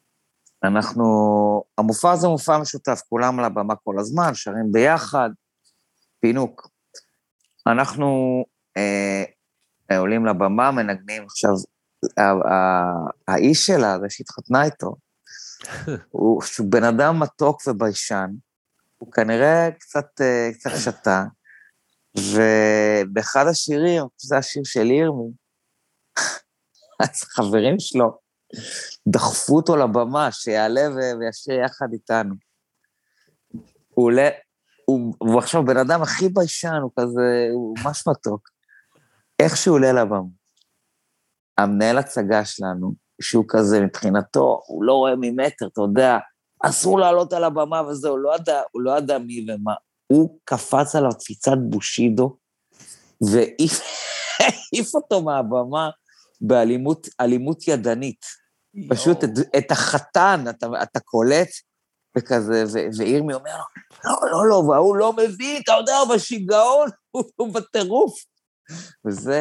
המופע הזה מופע משותף, כולם על הבמה כל הזמן, שרים ביחד, פינוק. אנחנו עולים לבמה, מנגנים עכשיו, האיש שלה, זה שהתחתנה איתו, שהוא בן אדם מתוק וביישן, הוא כנראה קצת שתה, ובאחד השירים, זה השיר של ירמי, אז חברים שלו דחפו אותו לבמה, שיעלה וישיר יחד איתנו. הוא עכשיו בן אדם הכי ביישן, הוא כזה, הוא ממש מתוק. איך שהוא עולה לבמה, המנהל הצגה שלנו, שהוא כזה מבחינתו, הוא לא רואה ממטר, אתה יודע, אסור לעלות על הבמה וזה, הוא לא ידע מי ומה, הוא קפץ עליו קפיצת בושידו, והעיף אותו מהבמה באלימות ידנית. פשוט את החתן, אתה קולט, וכזה, וירמי אומר לו, לא, והוא לא מבין, אתה יודע, הוא בשיגעון, הוא בטירוף. וזה,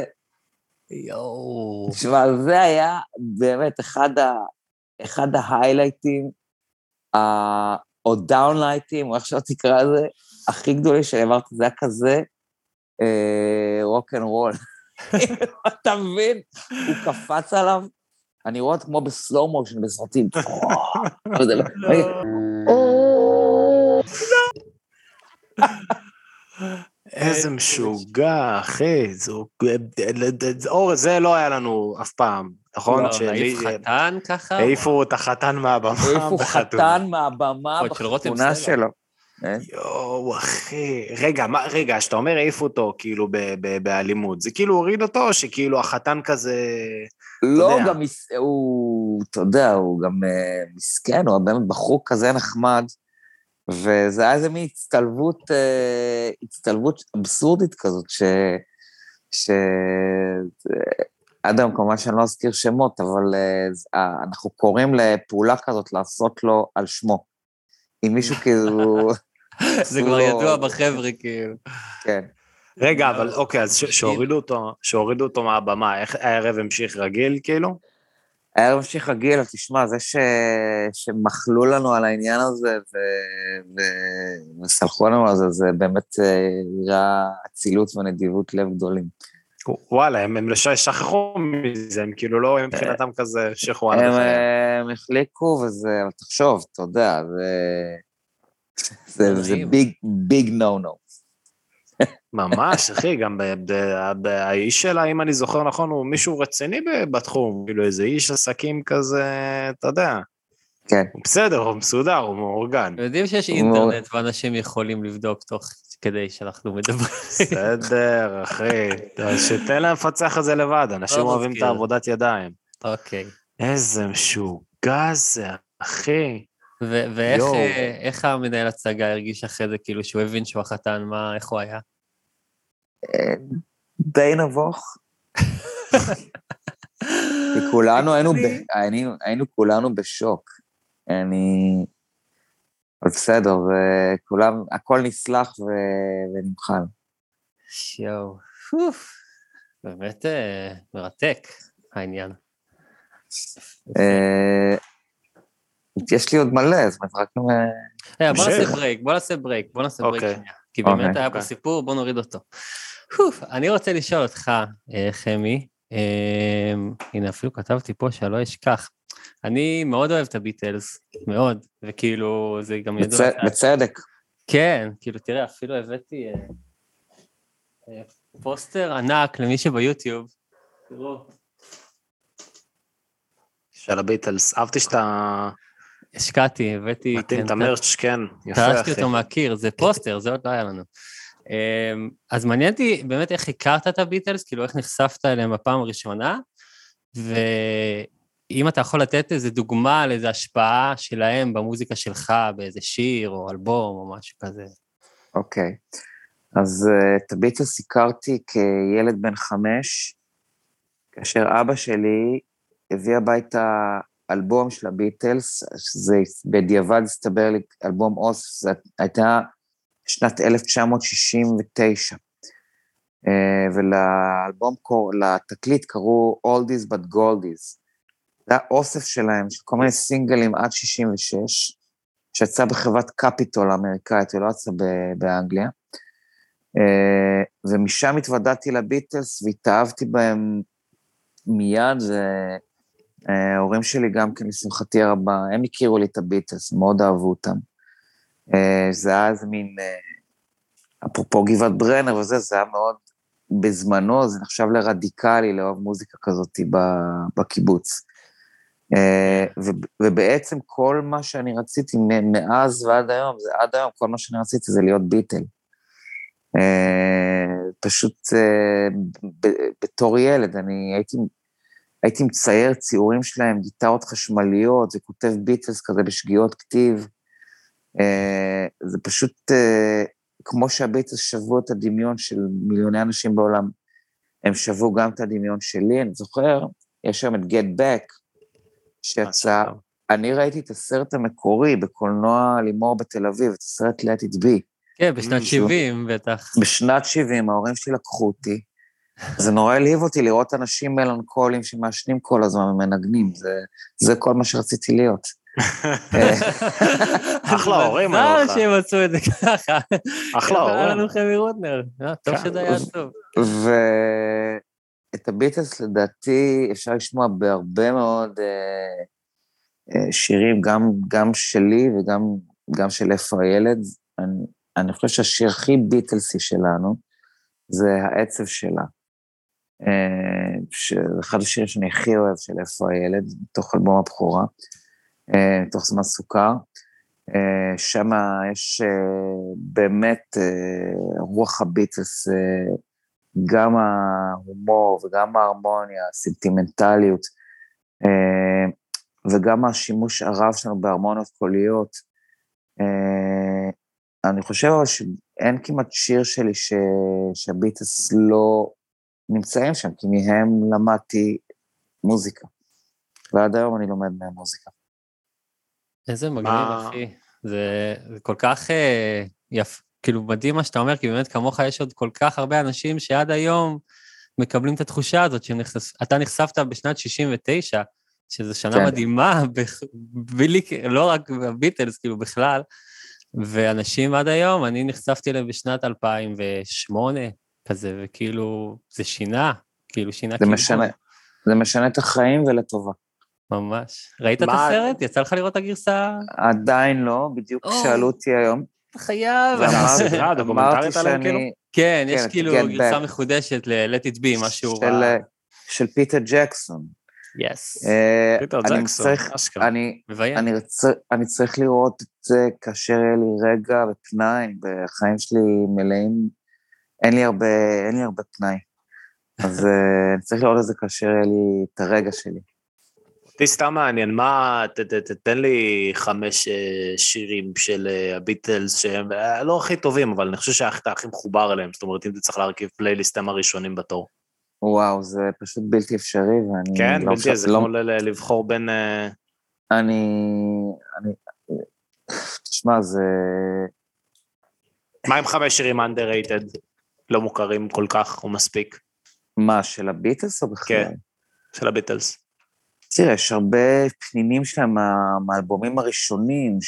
תשמע, זה היה באמת אחד ההיילייטים, או דאונלייטים, או איך שלא תקרא לזה, הכי גדולי שעברתי, זה היה כזה רוק אנד רול. אתה מבין? הוא קפץ עליו, אני רואה כמו בסלואו מושן בסרטים. איזה משוגע, אחי. אור, זה לא היה לנו אף פעם, נכון? העיף חתן ככה? העיפו את החתן מהבמה. העיפו חתן מהבמה בחתונה שלו. יואו, אחי. רגע, שאתה אומר העיפו אותו כאילו באלימות, זה כאילו הוריד אותו, שכאילו החתן כזה... לא, גם הוא, אתה יודע, הוא גם מסכן, הוא באמת בחור כזה נחמד, וזה היה איזה מין הצטלבות אבסורדית כזאת, עד היום כמובן שאני לא אזכיר שמות, אבל אנחנו קוראים לפעולה כזאת לעשות לו על שמו. אם מישהו כאילו... זה כבר ידוע בחבר'ה כאילו. כן. רגע, אבל אוקיי, אז שהורידו אותו מהבמה, איך הערב המשיך רגיל כאילו? הערב המשיך רגיל, תשמע, זה שמחלו לנו על העניין הזה, וסלחו לנו על זה, זה באמת נראה אצילות ונדיבות לב גדולים. וואלה, הם שכחו מזה, הם כאילו לא, מבחינתם כזה שכחו על זה. הם החליקו, וזה, תחשוב, אתה יודע, זה ביג נו-נו. ממש, אחי, גם האיש שלה, אם אני זוכר נכון, הוא מישהו רציני בתחום, כאילו איזה איש עסקים כזה, אתה יודע. כן. הוא בסדר, הוא מסודר, הוא מאורגן. יודעים שיש אינטרנט ואנשים יכולים לבדוק תוך כדי שאנחנו מדברים. בסדר, אחי. שתן להם לפצח את זה לבד, אנשים אוהבים את העבודת ידיים. אוקיי. איזה משוגע זה, אחי. ואיך המנהל הצגה הרגיש אחרי זה, כאילו שהוא הבין שהוא החתן, איך הוא היה? די נבוך. כולנו היינו כולנו בשוק. אבל בסדר, וכולם, הכל נסלח ונמחל. יואו, באמת מרתק העניין. יש לי עוד מלא, זאת אומרת, רק... בוא נעשה ברייק שנייה, כי באמת היה פה סיפור, בוא נוריד אותו. אני רוצה לשאול אותך, חמי, הנה אפילו כתבתי פה שלא אשכח, אני מאוד אוהב את הביטלס, מאוד, וכאילו זה גם ידוע... בצדק. כן, כאילו תראה, אפילו הבאתי פוסטר ענק למי שביוטיוב, תראו. של הביטלס, אהבתי שאתה... השקעתי, הבאתי... מתאים את המרץ', כן, יפה אחי. תרשתי אותו מהקיר, זה פוסטר, זה עוד לא היה לנו. אז מעניין אותי באמת איך הכרת את הביטלס, כאילו איך נחשפת אליהם בפעם הראשונה, ואם אתה יכול לתת איזו דוגמה על איזו השפעה שלהם במוזיקה שלך, באיזה שיר או אלבום או משהו כזה. אוקיי, אז את הביטלס הכרתי כילד בן 5, כאשר אבא שלי הביא הביתה אלבום של הביטלס, זה בדיעבד הסתבר לי אלבום אוסף, זה הייתה שנת 1969, ולאלבום, לתקליט קראו Oldies but Goldies, זה היה אוסף שלהם, של כל מיני סינגלים עד 66, שיצא בחברת קפיטול האמריקאית, ולא יצא באנגליה, ומשם התוודעתי לביטלס, והתאהבתי בהם מיד, ההורים שלי גם כן, לשמחתי הרבה, הם הכירו לי את הביטלס, מאוד אהבו אותם. זה היה איזה מין, אפרופו גבעת ברנר וזה, זה היה מאוד, בזמנו זה נחשב לרדיקלי, לאהוב מוזיקה כזאת בקיבוץ. ובעצם כל מה שאני רציתי, מאז ועד היום, זה עד היום, כל מה שאני רציתי זה להיות ביטל. פשוט בתור ילד, אני הייתי מצייר ציורים שלהם, גיטרות חשמליות, וכותב ביטלס כזה בשגיאות כתיב, זה פשוט כמו שהביטלס שבו את הדמיון של מיליוני אנשים בעולם, הם שבו גם את הדמיון שלי, אני זוכר, יש שם את Get Back, שיצא, אני ראיתי את הסרט המקורי בקולנוע לימור בתל אביב, את הסרט Let It Be. כן, בשנת 70 בטח. בשנת 70, ההורים שלי לקחו אותי, זה נורא הלהיב אותי לראות אנשים מלנכולים שמעשנים כל הזמן ומנגנים, זה כל מה שרציתי להיות. אחלה הורים, אני לך. שהם עשו את זה ככה. אחלה הורים. היה לנו חמי רוטנר, טוב שזה היה טוב. את הביטלס לדעתי אפשר לשמוע בהרבה מאוד שירים, גם שלי וגם של איפה הילד. אני חושב שהשיר הכי ביטלסי שלנו, זה העצב שלה. אחד השירים שאני הכי אוהב של איפה הילד, מתוך אלבום הבכורה, מתוך זמן סוכר. שם יש באמת רוח הביטלס, גם ההומור וגם ההרמוניה, הסנטימנטליות, וגם השימוש הרב שלנו בהרמוניות קוליות. אני חושב אבל שאין כמעט שיר שלי שהביטלס לא נמצאים שם, כי מהם למדתי מוזיקה. ועד היום אני לומד מהם מוזיקה. איזה מגניב, אחי. זה כל כך יפה, כאילו מדהים מה שאתה אומר, כי באמת כמוך יש עוד כל כך הרבה אנשים שעד היום מקבלים את התחושה הזאת, אתה נחשפת בשנת 69, שזו שנה מדהימה, לא רק בביטלס, כאילו בכלל, ואנשים עד היום, אני נחשפתי להם בשנת 2008, כזה, וכאילו, זה שינה, כאילו שינה כאילו. זה משנה את החיים ולטובה. ממש. ראית את הסרט? יצא לך לראות את הגרסה? עדיין לא, בדיוק שאלו אותי היום. אתה חייב. סדרה, דוקומנטרית עליהם כאילו? כן, יש כאילו גרסה מחודשת ל-Let It Be, משהו... של פיטר ג'קסון. יס. פיטר ג'קסון, אשכרה. אני צריך לראות את זה כאשר יהיה לי רגע ופנאי, בחיים שלי מלאים, אין לי הרבה פנאי. אז אני צריך לראות את זה כאשר יהיה לי את הרגע שלי. אותי סתם מעניין, תתן לי 5 שירים של הביטלס שהם לא הכי טובים, אבל אני חושב שאתה הכי מחובר אליהם, זאת אומרת, אם אתה צריך להרכיב פלייליסט הם הראשונים בתור. וואו, זה פשוט בלתי אפשרי, ואני... כן, בלתי, זה כמו לבחור בין... תשמע, זה... מה עם 5 שירים underrated, לא מוכרים כל כך או מספיק? מה, של הביטלס או בכלל? כן, של הביטלס. תראה, יש הרבה פנינים שלהם מהאלבומים הראשונים,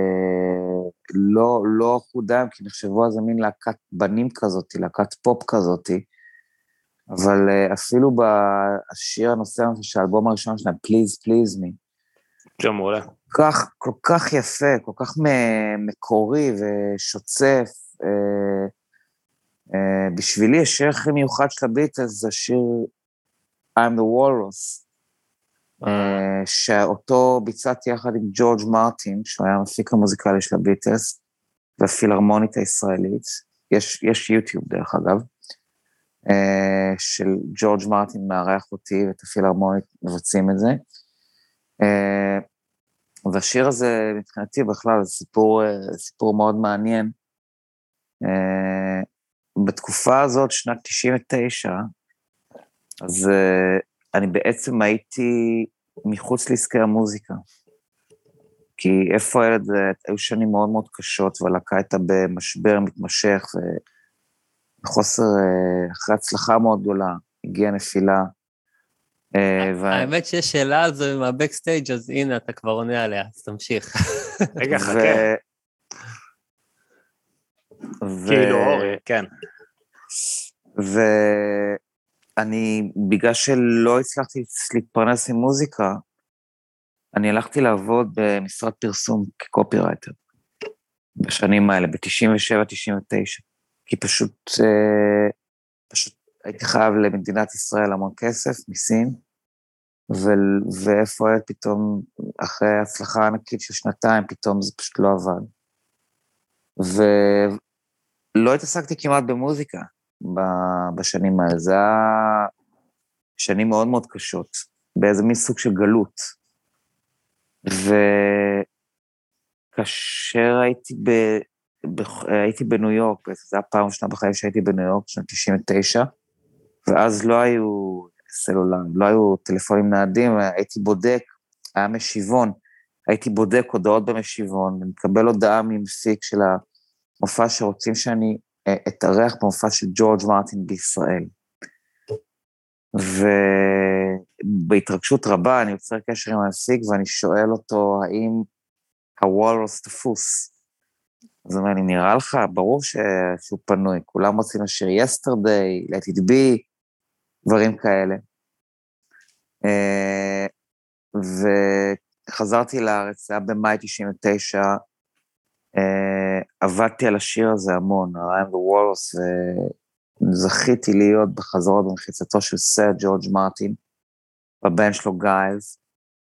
שלא חודם, כי נחשבו אז מין להקת בנים כזאת, להקת פופ כזאת, אבל אפילו בשיר הנושא של האלבום הראשון שלהם, Please Please Me, זה מעולה. כל כך יפה, כל כך מקורי ושוצף. בשבילי השיר הכי מיוחד של הביטלס זה השיר I'm the Walrus, שאותו ביצעתי יחד עם ג'ורג' מרטין, שהוא היה המפיק המוזיקלי של הביטלס, והפילהרמונית הישראלית, יש יוטיוב דרך אגב, של ג'ורג' מרטין מארח אותי, ואת הפילהרמונית מבצעים את זה, והשיר הזה מבחינתי בכלל זה סיפור מאוד מעניין. בתקופה הזאת, שנת 99, אז אני בעצם הייתי מחוץ לעסקי המוזיקה, כי איפה הילד, היו שנים מאוד מאוד קשות, והלהקה הייתה במשבר מתמשך, וחוסר, אחרי הצלחה מאוד גדולה, הגיעה נפילה. האמת שיש שאלה על זה מהבקסטייג', אז הנה, אתה כבר עונה עליה, אז תמשיך. רגע, חכה. כאילו אורי, כן. ואני, בגלל שלא הצלחתי להתפרנס עם מוזיקה, אני הלכתי לעבוד במשרד פרסום כקופירייטר, בשנים האלה, ב-97-99, כי פשוט הייתי חייב למדינת ישראל המון כסף, מסין, ואיפה היה פתאום, אחרי הצלחה ענקית של שנתיים, פתאום זה פשוט לא עבד. ולא התעסקתי כמעט במוזיקה בשנים האלה, זה היה שנים מאוד מאוד קשות, באיזה מין סוג של גלות. וכאשר הייתי בניו יורק, זה היה פעם שנה בחיים שהייתי בניו יורק, שנת 99, ואז לא היו סלולר, לא היו טלפונים ניידים, הייתי בודק, היה משיבון, הייתי בודק הודעות במשיבון, ומקבל הודעה ממפיק של המופע שרוצים שאני אתארח במופע של ג'ורג' מרטין בישראל. ובהתרגשות רבה אני יוצר קשר עם המפיק, ואני שואל אותו, האם הוולרוס תפוס? אז הוא אומר לי, נראה לך, ברור שהוא פנוי, כולם רוצים לשיר Yesterday, Let It Be, דברים כאלה. וחזרתי לארץ, זה היה במאי 99, עבדתי על השיר הזה המון, I am the Walrus, וזכיתי להיות בחזרות במחיצתו של סר ג'ורג' מרטין, בבן שלו גייז,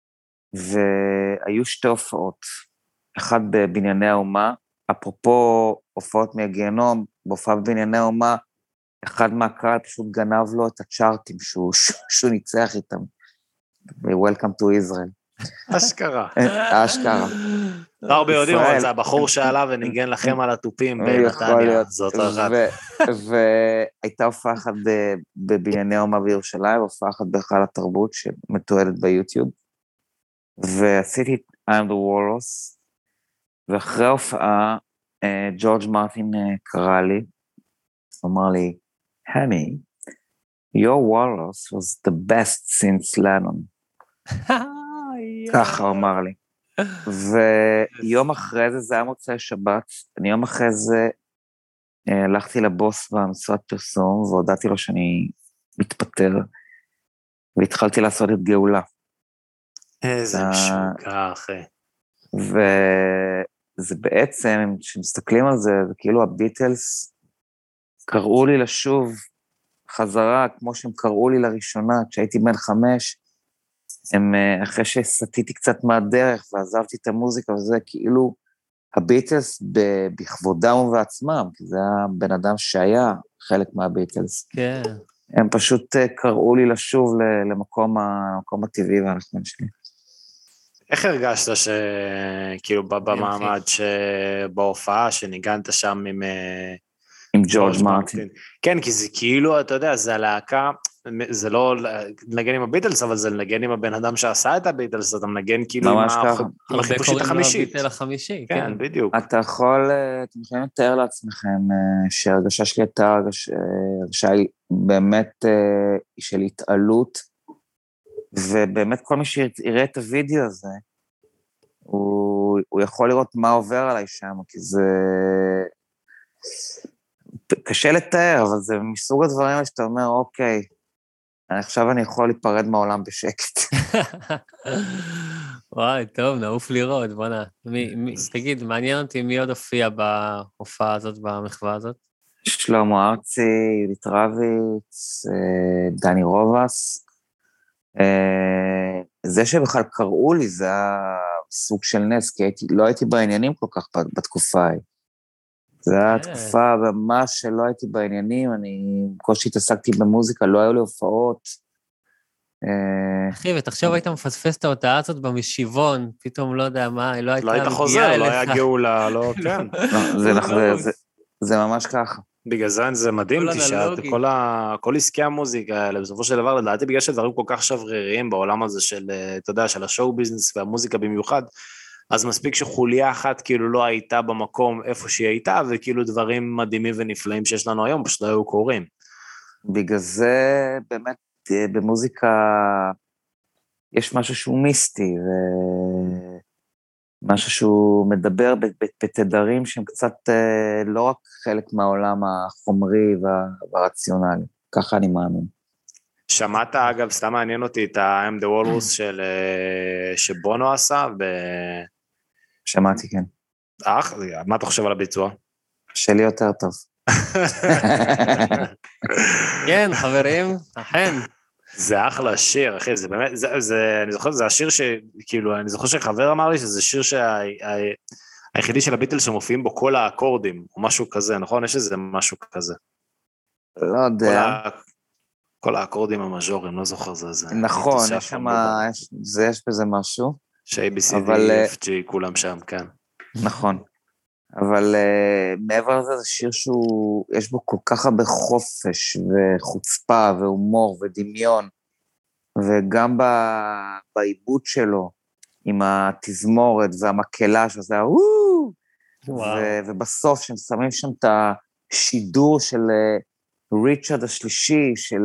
והיו שתי הופעות, אחת בבנייני האומה, אפרופו הופעות מהגיהנום, בהופעה בבנייני האומה, אחד מהקהל פשוט גנב לו את הצ'ארטים שהוא ניצח איתם, ו-Welcome to Israel. אשכרה. אשכרה. לא הרבה יודעים, אבל זה הבחור שעלה וניגן לכם על הטופים בנתניה, זאת אחת. והייתה הופעה אחת בבנייני האומה בירושלים, הופעה אחת בהיכל התרבות שמתועדת ביוטיוב, ועשיתי את I'm the Walrus, ואחרי ההופעה, ג'ורג' מרטין קרא לי, אמר לי, honey, your Walrus was the best since Lennon. ככה הוא אמר לי. ויום אחרי זה, זה היה מוצאי שבת, אני יום אחרי זה הלכתי לבוס במשרד פרסום, והודעתי לו שאני מתפטר, והתחלתי לעשות את גאולה. איזה משוגע, אחי. וזה בעצם, כשמסתכלים על זה, זה כאילו הביטלס קראו לי לשוב חזרה, כמו שהם קראו לי לראשונה, כשהייתי בן 5, הם, אחרי שסטיתי קצת מהדרך ועזבתי את המוזיקה, וזה כאילו הביטלס בכבודם ובעצמם, כי זה הבן אדם שהיה חלק מהביטלס. כן. הם פשוט קראו לי לשוב למקום הטבעי והנכון שלי. איך הרגשת שכאילו במעמד שבהופעה שניגנת שם עם ג'ורג' מרטין? כן, כי זה כאילו, אתה יודע, זה הלהקה, זה לא לנגן עם הביטלס, אבל זה לנגן עם הבן אדם שעשה את הביטלס, אתה מנגן כאילו עם החיפושית החמישית. הביטל החמישי, כן, בדיוק. אתה יכול, אתם יכולים לתאר לעצמכם שהרגשה שלי הייתה הרגשה באמת של התעלות, ובאמת כל מי שיראה את הוידאו הזה, הוא יכול לראות מה עובר עליי שם, כי זה קשה לתאר, אבל זה מסוג הדברים שאתה אומר, אוקיי, עכשיו אני יכול להיפרד מהעולם בשקט. וואי, טוב, נעוף לראות, בוא'נה. תגיד, מעניין אותי מי עוד הופיע בהופעה הזאת, במחווה הזאת? שלמה ארצי, יהודית רביץ, דני רובס. זה שבכלל קראו לי, זה היה סוג של נס, כי לא הייתי בעניינים כל כך בתקופה ההיא. זו הייתה תקופה ממש שלא הייתי בעניינים, אני בקושי התעסקתי במוזיקה, לא היו לי הופעות. אחי, ותחשוב היית מפספס את ההודעה הזאת במשיבון, פתאום לא יודע מה, לא הייתה לא היית חוזר, לא היה גאולה, לא, כן. זה ממש ככה. בגלל זה מדהים, כל עסקי המוזיקה האלה, בסופו של דבר, לדעתי בגלל שדברים כל כך שבריריים בעולם הזה של, אתה יודע, של השואו ביזנס והמוזיקה במיוחד, אז מספיק שחוליה אחת כאילו לא הייתה במקום איפה שהיא הייתה, וכאילו דברים מדהימים ונפלאים שיש לנו היום, פשוט לא היו קורים. בגלל זה באמת במוזיקה יש משהו שהוא מיסטי, ומשהו שהוא מדבר בתדרים שהם קצת לא רק חלק מהעולם החומרי והרציונלי, ככה אני מאמין. שמעת אגב, סתם מעניין אותי את ה-I'm the Walrus שבונו עשה, שמעתי, כן. מה אתה חושב על הביצוע? שלי יותר טוב. כן, חברים, אכן. זה אחלה שיר, אחי, זה באמת, אני זוכר, זה השיר שכאילו, אני זוכר שחבר אמר לי שזה שיר היחידי של הביטל שמופיעים בו כל האקורדים, או משהו כזה, נכון? יש איזה משהו כזה. לא יודע. כל האקורדים המז'ורים, לא זוכר זה. נכון, יש בזה משהו. ש-ABC ו-FG, כולם שם, כן. נכון. אבל מעבר לזה, זה שיר שהוא, יש בו כל כך הרבה חופש וחוצפה והומור ודמיון, וגם בעיבוד שלו, עם התזמורת והמקהלה, שזה היה ובסוף שהם שמים שם את השידור של ריצ'רד השלישי, של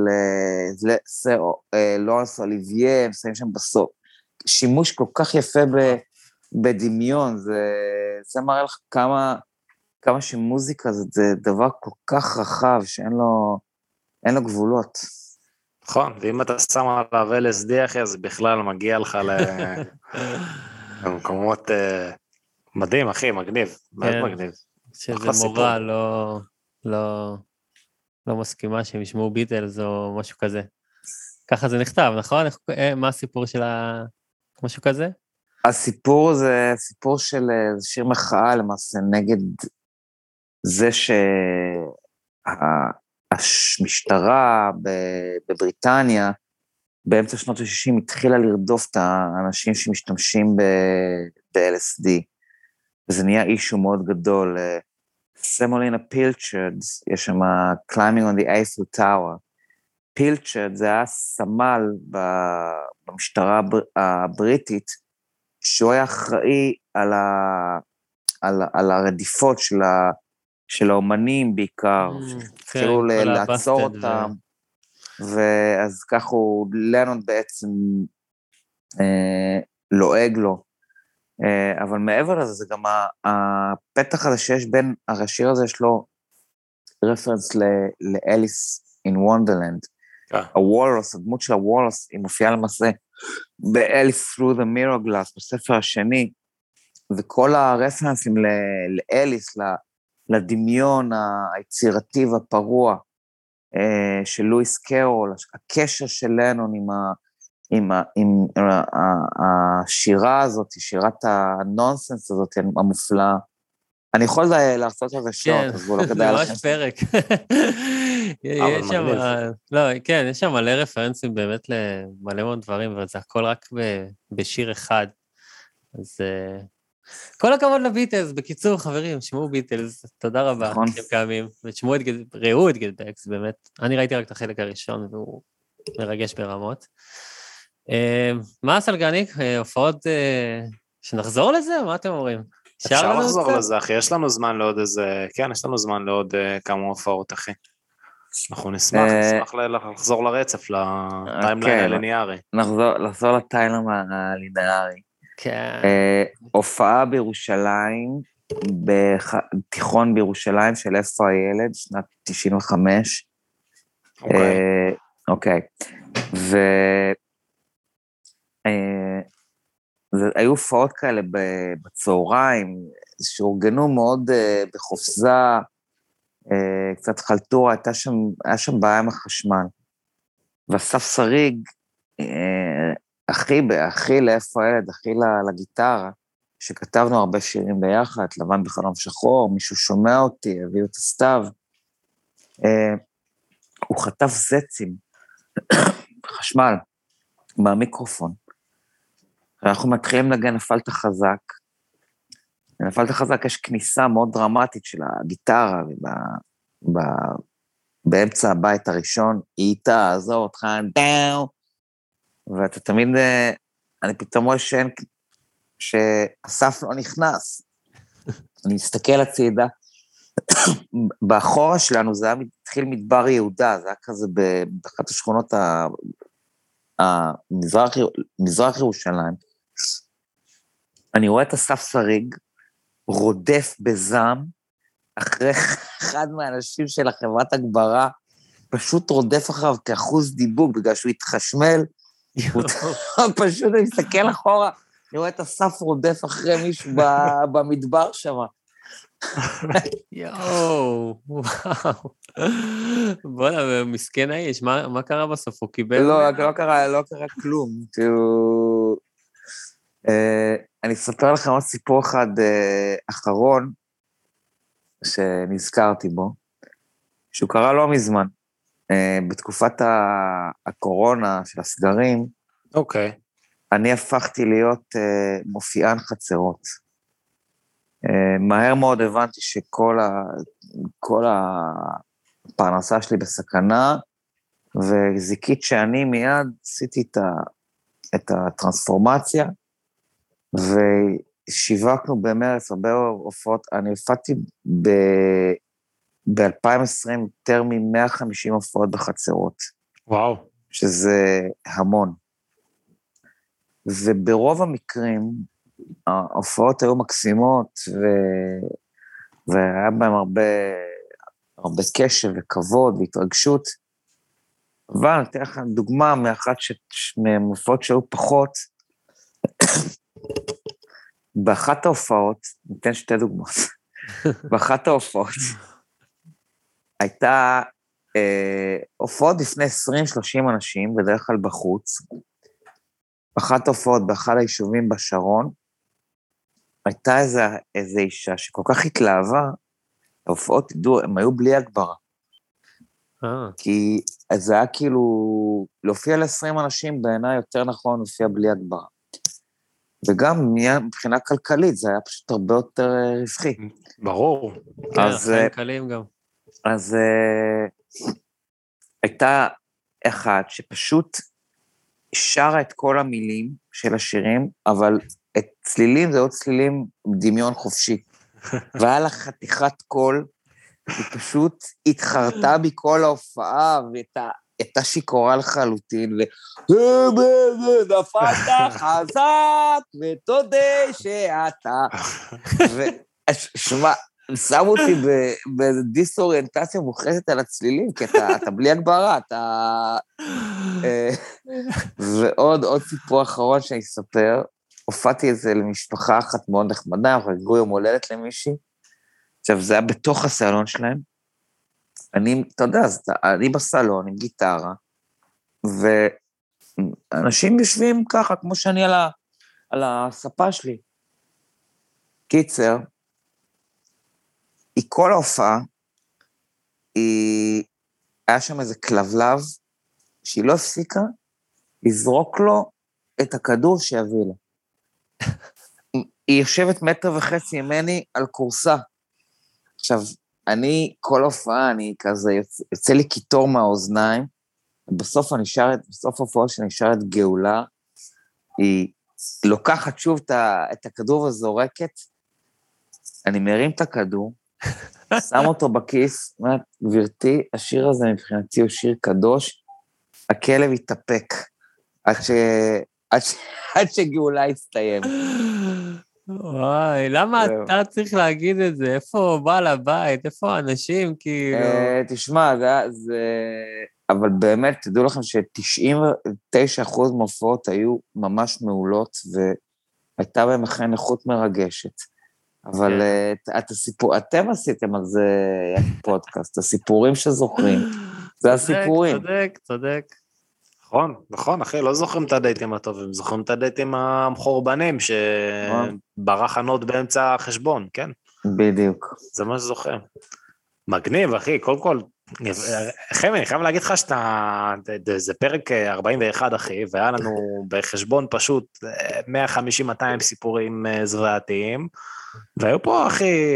לורנס אוליביה, הם שמים שם בסוף. שימוש כל כך יפה בדמיון, זה מראה לך כמה שמוזיקה זה דבר כל כך רחב, שאין לו גבולות. נכון, ואם אתה שם עליו LSD, אחי, אז בכלל מגיע לך למקומות מדהים, אחי, מגניב, מאוד מגניב. שזה מורה לא מסכימה שהם ישמעו ביטלס או משהו כזה. ככה זה נכתב, נכון? מה הסיפור של משהו כזה? הסיפור זה סיפור של שיר מחאה למעשה נגד זה שהמשטרה בבריטניה באמצע שנות ה-60 התחילה לרדוף את האנשים שמשתמשים ב-LSD, וזה נהיה אישו מאוד גדול. סמולינה פילצ'רדס, יש שם Climbing on the Eiffel Tower. פילצ'רד זה היה סמל במשטרה הבריטית, שהוא היה אחראי על הרדיפות של האומנים בעיקר, התחילו לעצור אותם, ואז ככה לנון בעצם לועג לו, אבל מעבר לזה, זה גם הפתח הזה שיש בין, השיר הזה יש לו רפרנס לאליס in Wonderland, הוולוס, הדמות של הוולוס, היא מופיעה למעשה באליס through the mirror glass, בספר השני, וכל הרפרנסים לאליס, לדמיון היצירתי והפרוע של לואיס קרול, הקשר של לנון עם השירה הזאת, שירת הנונסנס הזאת המופלאה. אני יכול לעשות על זה שעות, אז בואו לא כדאי לכם. זה ממש פרק. יש שם, לא, כן, יש שם מלא רפרנסים באמת למלא מאוד דברים, וזה הכל רק בשיר אחד. אז כל הכבוד לביטלס, בקיצור, חברים, שמעו ביטלס, תודה רבה, שהם קיימים, ראו את גילבקס, באמת. אני ראיתי רק את החלק הראשון, והוא מרגש ברמות. מה הסלגניק? הופעות שנחזור לזה? מה אתם אומרים? אפשר לחזור לזה, אחי, יש לנו זמן לעוד איזה, כן, יש לנו זמן לעוד כמה הופעות, אחי. אנחנו נשמח לחזור לרצף, לטיימליין הליניארי. לחזור לטיימליין הליניארי. כן. הופעה בירושלים, בתיכון בירושלים של איפה הילד, שנת 95. אוקיי. היו הופעות כאלה בצהריים, שאורגנו מאוד בחופזה, קצת חלטורה, היה שם בעיה עם החשמל. ואסף שריג, אחי לאיפה הילד, אחי לגיטרה, שכתבנו הרבה שירים ביחד, לבן בחלום שחור, מישהו שומע אותי, הביאו את הסתיו, הוא חטף זצים, חשמל, מהמיקרופון. אנחנו מתחילים לגן נפלת חזק, נפלת חזק, יש כניסה מאוד דרמטית של הגיטרה, באמצע הבית הראשון, היא תעזור אותך, דאו, ואתה תמיד, אני פתאום רואה שאסף לא נכנס, אני מסתכל הצידה, באחורה שלנו זה היה מתחיל מדבר יהודה, זה היה כזה באחת השכונות מזרח ירושלים, אני רואה את אסף שריג, רודף בזעם, אחרי אחד מהאנשים של החברת הגברה, פשוט רודף אחריו כאחוז דיבוק, בגלל שהוא התחשמל, פשוט אני מסתכל אחורה, אני רואה את אסף רודף אחרי מישהו במדבר שם. יואו, וואו. בוא'נה, מסכן האיש, מה קרה בסוף? הוא קיבל? לא קרה כלום. אני אספר לכם עוד סיפור אחד אחרון, שנזכרתי בו, שהוא קרה לא מזמן, בתקופת הקורונה של הסגרים, אוקיי. אני הפכתי להיות מופיען חצרות. מהר מאוד הבנתי שכל הפרנסה שלי בסכנה, וזיקית שאני מיד עשיתי את הטרנספורמציה, ושיווקנו במרץ הרבה הופעות, אני הופעתי ב-2020 יותר מ-150 הופעות בחצרות. וואו. שזה המון. וברוב המקרים, ההופעות היו מקסימות, והיה בהם הרבה קשב וכבוד והתרגשות, אבל אני אתן לך דוגמה מאחת מהמופעות שהיו פחות, באחת ההופעות, ניתן שתי דוגמאות, באחת ההופעות, הייתה הופעות לפני 20-30 אנשים, בדרך כלל בחוץ, באחת ההופעות, באחד היישובים בשרון, הייתה איזו אישה שכל כך התלהבה, ההופעות, תדעו, הם היו בלי הגברה. כי זה היה כאילו, להופיע ל-20 אנשים בעיניי יותר נכון, להופיע בלי הגברה. וגם מבחינה כלכלית, זה היה פשוט הרבה יותר רווחי. ברור. כן, חיים קלים גם. אז הייתה אחת שפשוט שרה את כל המילים של השירים, אבל את צלילים זה עוד צלילים דמיון חופשי. והיה לה חתיכת קול, היא פשוט התחרתה מכל ההופעה, והייתה שיכורה לחלוטין, ונפלת חזק, ותודה שאתה. ושמע, שמו אותי באיזו דיסאוריינטציה מוחלטת על הצלילים, כי אתה בלי הגברה, אתה... ועוד סיפור אחרון שאני אספר, הופעתי את זה למשפחה אחת מאוד נחמדה, חגגו יום הולדת למישהי, עכשיו זה היה בתוך הסלון שלהם, אתה יודע, אני בסלון עם גיטרה, ואנשים יושבים ככה, כמו שאני על הספה שלי. קיצר, היא כל ההופעה, היה שם איזה כלבלב, שהיא לא הפסיקה, לזרוק לו את הכדור שיביא לה. היא יושבת 1.5 מטר ממני על קורסה. עכשיו, אני, כל הופעה, אני כזה, יוצא לי קיטור מהאוזניים, בסוף ההופעה שאני שרת גאולה, היא לוקחת שוב את הכדור וזורקת, אני מרים את הכדור, שם אותו בכיס, אומרת, גבירתי, השיר הזה מבחינתי הוא שיר קדוש, הכלב יתאפק, עד שגאולה יסתיים. וואי, למה אתה צריך להגיד את זה? איפה בעל הבית? איפה האנשים, כאילו? תשמע, אבל באמת, תדעו לכם ש99% מההופעות היו ממש מעולות, והייתה בהם אכן איכות מרגשת. אבל אתם עשיתם על זה פודקאסט, הסיפורים שזוכרים, זה הסיפורים. צודק. נכון, אחי, לא זוכרים את הדייטים הטובים, זוכרים את הדייטים המחורבנים, שברח הנוט באמצע החשבון, כן? בדיוק. זה מה שזוכר. מגניב, אחי, קודם כל, חמי, אני חייב להגיד לך זה פרק 41, אחי, והיה לנו בחשבון פשוט 150-200 סיפורים זוועתיים, והיו פה, אחי,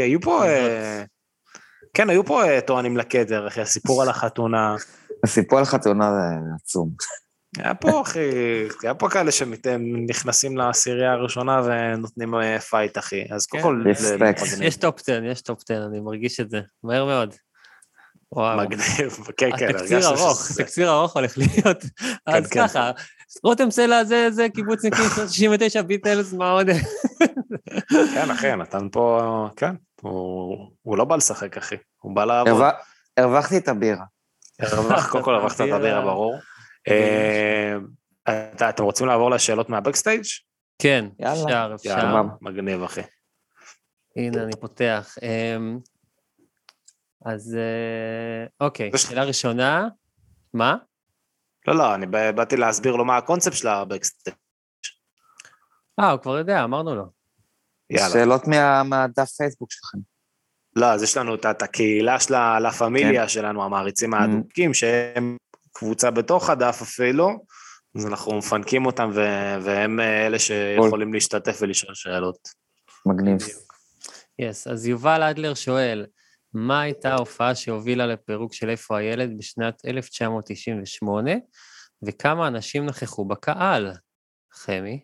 היו פה טוענים לכתר, אחי, הסיפור על החתונה. הסיפור על החתונה זה עצום. היה פה, אחי, היה פה כאלה שנכנסים לעשירייה הראשונה ונותנים פייט, אחי, אז קודם כל... יש טופ 10, אני מרגיש את זה, מהר מאוד. מגניב, כן, התקציר ארוך הולך להיות, אז ככה, רותם סלע זה קיבוצניקים 69 ביטלס, מה עוד? כן, אחי, נתן פה, כן, הוא לא בא לשחק, אחי, הוא בא לעבוד. הרווחתי את הבירה. קודם כל הרווחת את הבירה, ברור. אתם רוצים לעבור לשאלות מהבקסטייג'? כן, אפשר. מגניב, אחי. הנה, אני פותח. אז, אוקיי, שאלה ראשונה, מה? לא, אני באתי להסביר לו מה הקונספט של הבקסטייג'. הוא כבר יודע, אמרנו לו. שאלות מהדף פייסבוק שלכם. לא, אז יש לנו את הקהילה של לה פמיליה שלנו, המעריצים האדוקים, שהם קבוצה בתוך הדף אפילו, אז אנחנו מפנקים אותם, והם אלה שיכולים להשתתף ולשאול שאלות. מגניב. אז יובל אדלר שואל, מה הייתה ההופעה שהובילה לפירוק של איפה הילד בשנת 1998, וכמה אנשים נכחו בקהל? חמי?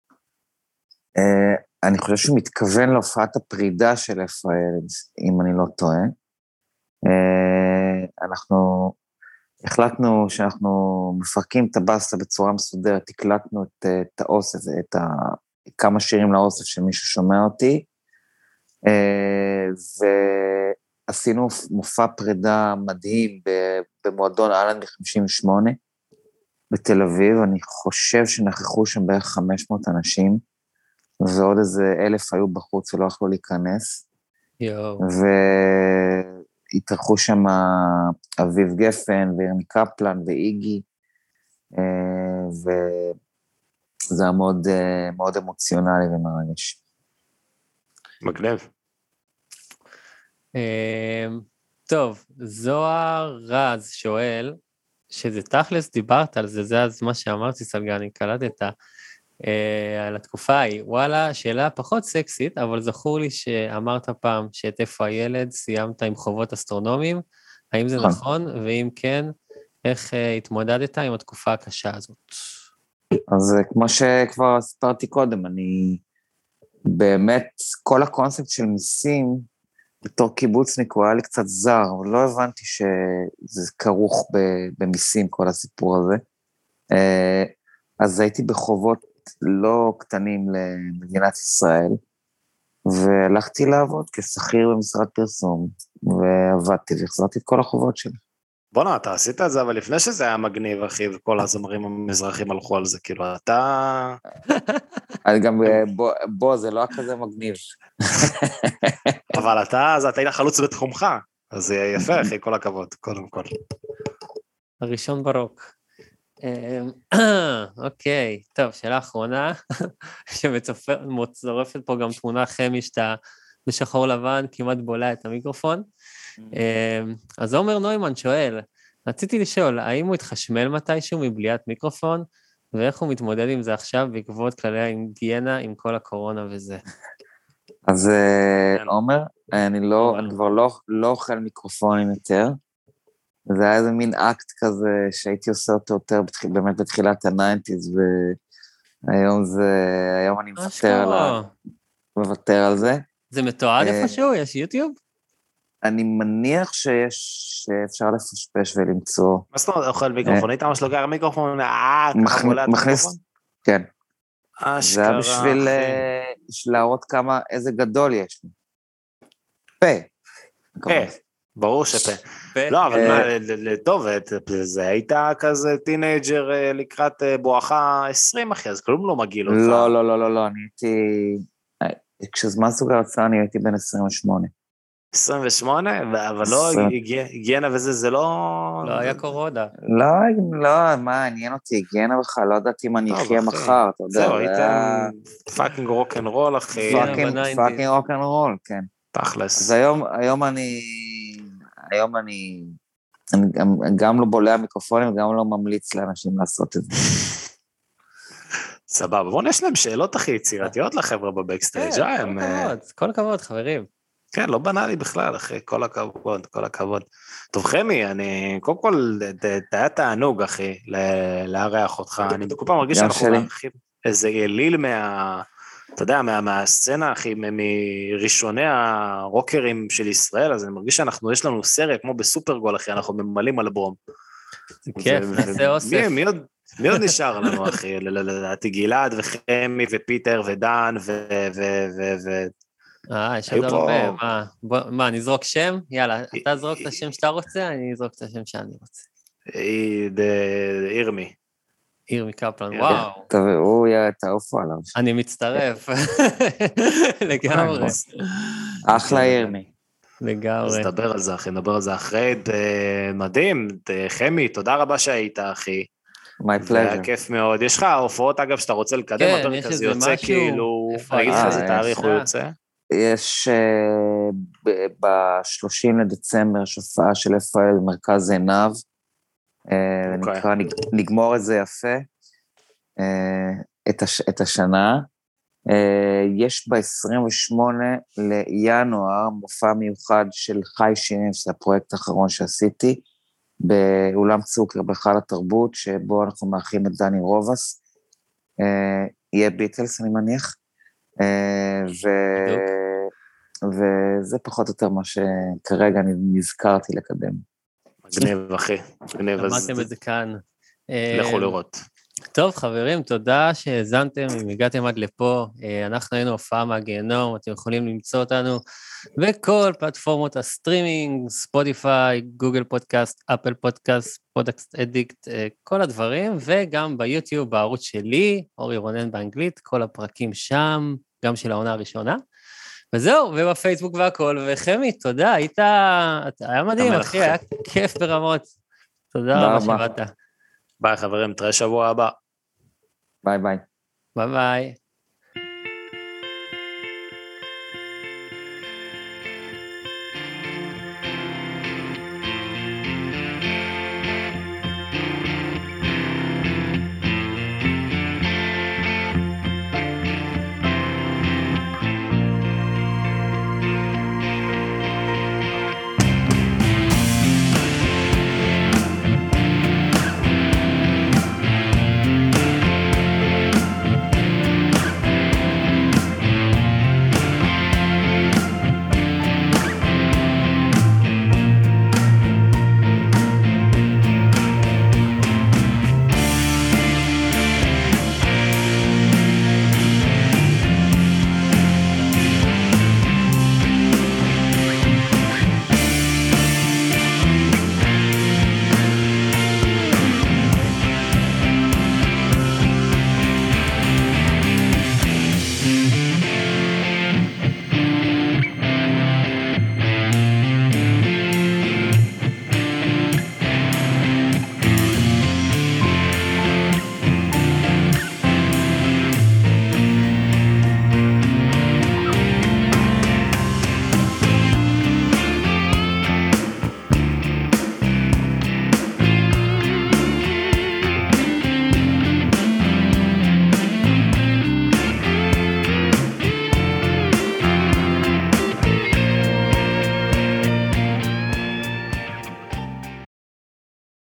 אני חושב שהוא מתכוון להופעת הפרידה של איפה הילד, אם אני לא טועה. אנחנו החלטנו שאנחנו מפרקים את הבאסטה בצורה מסודרת, הקלטנו את האוסף, כמה שירים לאוסף שמישהו שומע אותי, עשינו מופע פרידה מדהים במועדון אלן ב-58, בתל אביב, אני חושב שנכחו שם בערך 500 אנשים, ועוד איזה 1,000 היו בחוץ ולא יכלו להיכנס. והתארחו שם אביב גפן וירמי קפלן ואיגי, וזה היה מאוד, מאוד אמוציונלי ומרגש. מגניב. טוב, זוהר רז שואל, שזה תכלס דיברת על זה, זה אז מה שאמרתי סלגני, קלטת, על התקופה ההיא, וואלה, שאלה פחות סקסית, אבל זכור לי שאמרת פעם שאת איפה הילד, סיימת עם חובות אסטרונומיים, האם זה נכון, ואם כן, איך התמודדת עם התקופה הקשה הזאת? אז כמו שכבר סיפרתי קודם, אני באמת, כל הקונספט של מיסים, בתור קיבוצניק הוא היה לי קצת זר, אבל לא הבנתי שזה כרוך במיסים, כל הסיפור הזה. אז הייתי בחובות לא קטנים למדינת ישראל, והלכתי לעבוד כשכיר במשרד פרסום, ועבדתי והחזרתי את כל החובות שלי. בוא'נה, אתה עשית את זה, אבל לפני שזה היה מגניב, אחי, וכל הזמרים המזרחים הלכו על זה, כאילו, אתה... גם בוא, זה לא היה כזה מגניב. אבל אתה, אז אתה היית חלוץ בתחומך, אז זה יפה, אחי, כל הכבוד, קודם כל. הראשון ברוק. אוקיי, טוב, שאלה אחרונה, שמצורפת פה גם תמונה חמי שאתה בשחור לבן, כמעט בולע את המיקרופון. אז עומר נוימן שואל, רציתי לשאול, האם הוא התחשמל מתישהו מבליעת מיקרופון, ואיך הוא מתמודד עם זה עכשיו בעקבות כללי ההיגיינה עם כל הקורונה וזה? אז עומר, אני כבר לא אוכל מיקרופונים יותר, זה היה איזה מין אקט כזה שהייתי עושה אותו יותר באמת בתחילת ה-90s, והיום אני מוותר על זה. זה מתועד איפשהו? יש יוטיוב? אני מניח שאפשר לפשפש ולמצוא. מה זאת אומרת, אוכל מיקרופון? היית ממש לוקח מיקרופון, ככה בולע את המיקרופון? כן. זה היה אשכרה, בשביל להראות איזה גדול יש לי. פה. ברור שפה. לא, אבל מה, טוב, זה היית כזה טינג'ר לקראת בואכה 20, אחי, אז כלום לא מגיל אותך. לא, אני הייתי... כשזמן סוגר יצא, אני הייתי בן 28. 28? אבל לא היגיינה וזה, זה לא... לא היה קורונה. לא, מה, עניין אותי, היגיינה בכלל, לא ידעתי אם אני אחיה מחר, אתה יודע. זהו, הייתם פאקינג רוק'נ'רול, אחי. פאקינג רוק'נ'רול, כן. תכלס. אז היום אני גם לא בולע מיקרופונים, וגם לא ממליץ לאנשים לעשות את זה. סבבה, בואו יש להם שאלות הכי יצירתיות לחבר'ה בבקסטייג'. כל הכבוד, חברים. כן, לא בנאלי בכלל, אחי, כל הכבוד, כל הכבוד. טוב, חמי, אני, קודם כל, היה תענוג, אחי, לארח אותך. אני בכל פעם מרגיש שאנחנו מארחים איזה אליל אתה יודע, מהסצנה, אחי, מראשוני הרוקרים של ישראל, אז אני מרגיש יש לנו סרט, כמו בסופרגול, אחי, אנחנו ממלאים אלבום. זה כיף, נעשה אוסף. מי עוד נשאר לנו, אחי? לדעתי גלעד וחמי ופיטר ודן יש עוד הרבה, מה, נזרוק שם? יאללה, אתה זרוק את השם שאתה רוצה, אני אזרוק את השם שאני רוצה. ירמי. ירמי קפלן, וואו. טוב, הוא תעופו עליו. אני מצטרף. לגמרי. אחלה ירמי. לגמרי. אז נדבר על זה, אחי, נדבר על זה אחרי. מדהים, חמי, תודה רבה שהיית, אחי. My pleasure. היה כיף מאוד. יש לך הופעות, אגב, שאתה רוצה לקדם, הפרק הזה יוצא כאילו, נגיד לך איזה תאריך הוא יוצא? יש ב-30 לדצמבר הופעה של FIL במרכז עינב, נקרא נגמור את זה יפה, את השנה. יש ב-28 לינואר מופע מיוחד של חי שירים, שזה הפרויקט האחרון שעשיתי, באולם צוקר בהיכל התרבות, שבו אנחנו מארחים את דני רובס, יהיה ביטלס אני מניח, וזה פחות או יותר מה שכרגע אני נזכרתי לקדם. מגניב, אחי. למדתם את זה כאן. לכו לראות. טוב, חברים, תודה שהאזנתם, אם הגעתם עד לפה. אנחנו היינו הופעה מהגיהנום, אתם יכולים למצוא אותנו בכל פלטפורמות הסטרימינג, ספוטיפיי, גוגל פודקאסט, אפל פודקאסט, פודקאסט אדיקט, כל הדברים, וגם ביוטיוב, בערוץ שלי, אורי רונן באנגלית, כל הפרקים שם, גם של העונה הראשונה. וזהו, ובפייסבוק והכל, וחמי, תודה, היה מדהים, אחי, היה כיף ברמות. תודה רבה שבאת. ביי חברים, תראה שבוע הבא. ביי ביי. ביי ביי.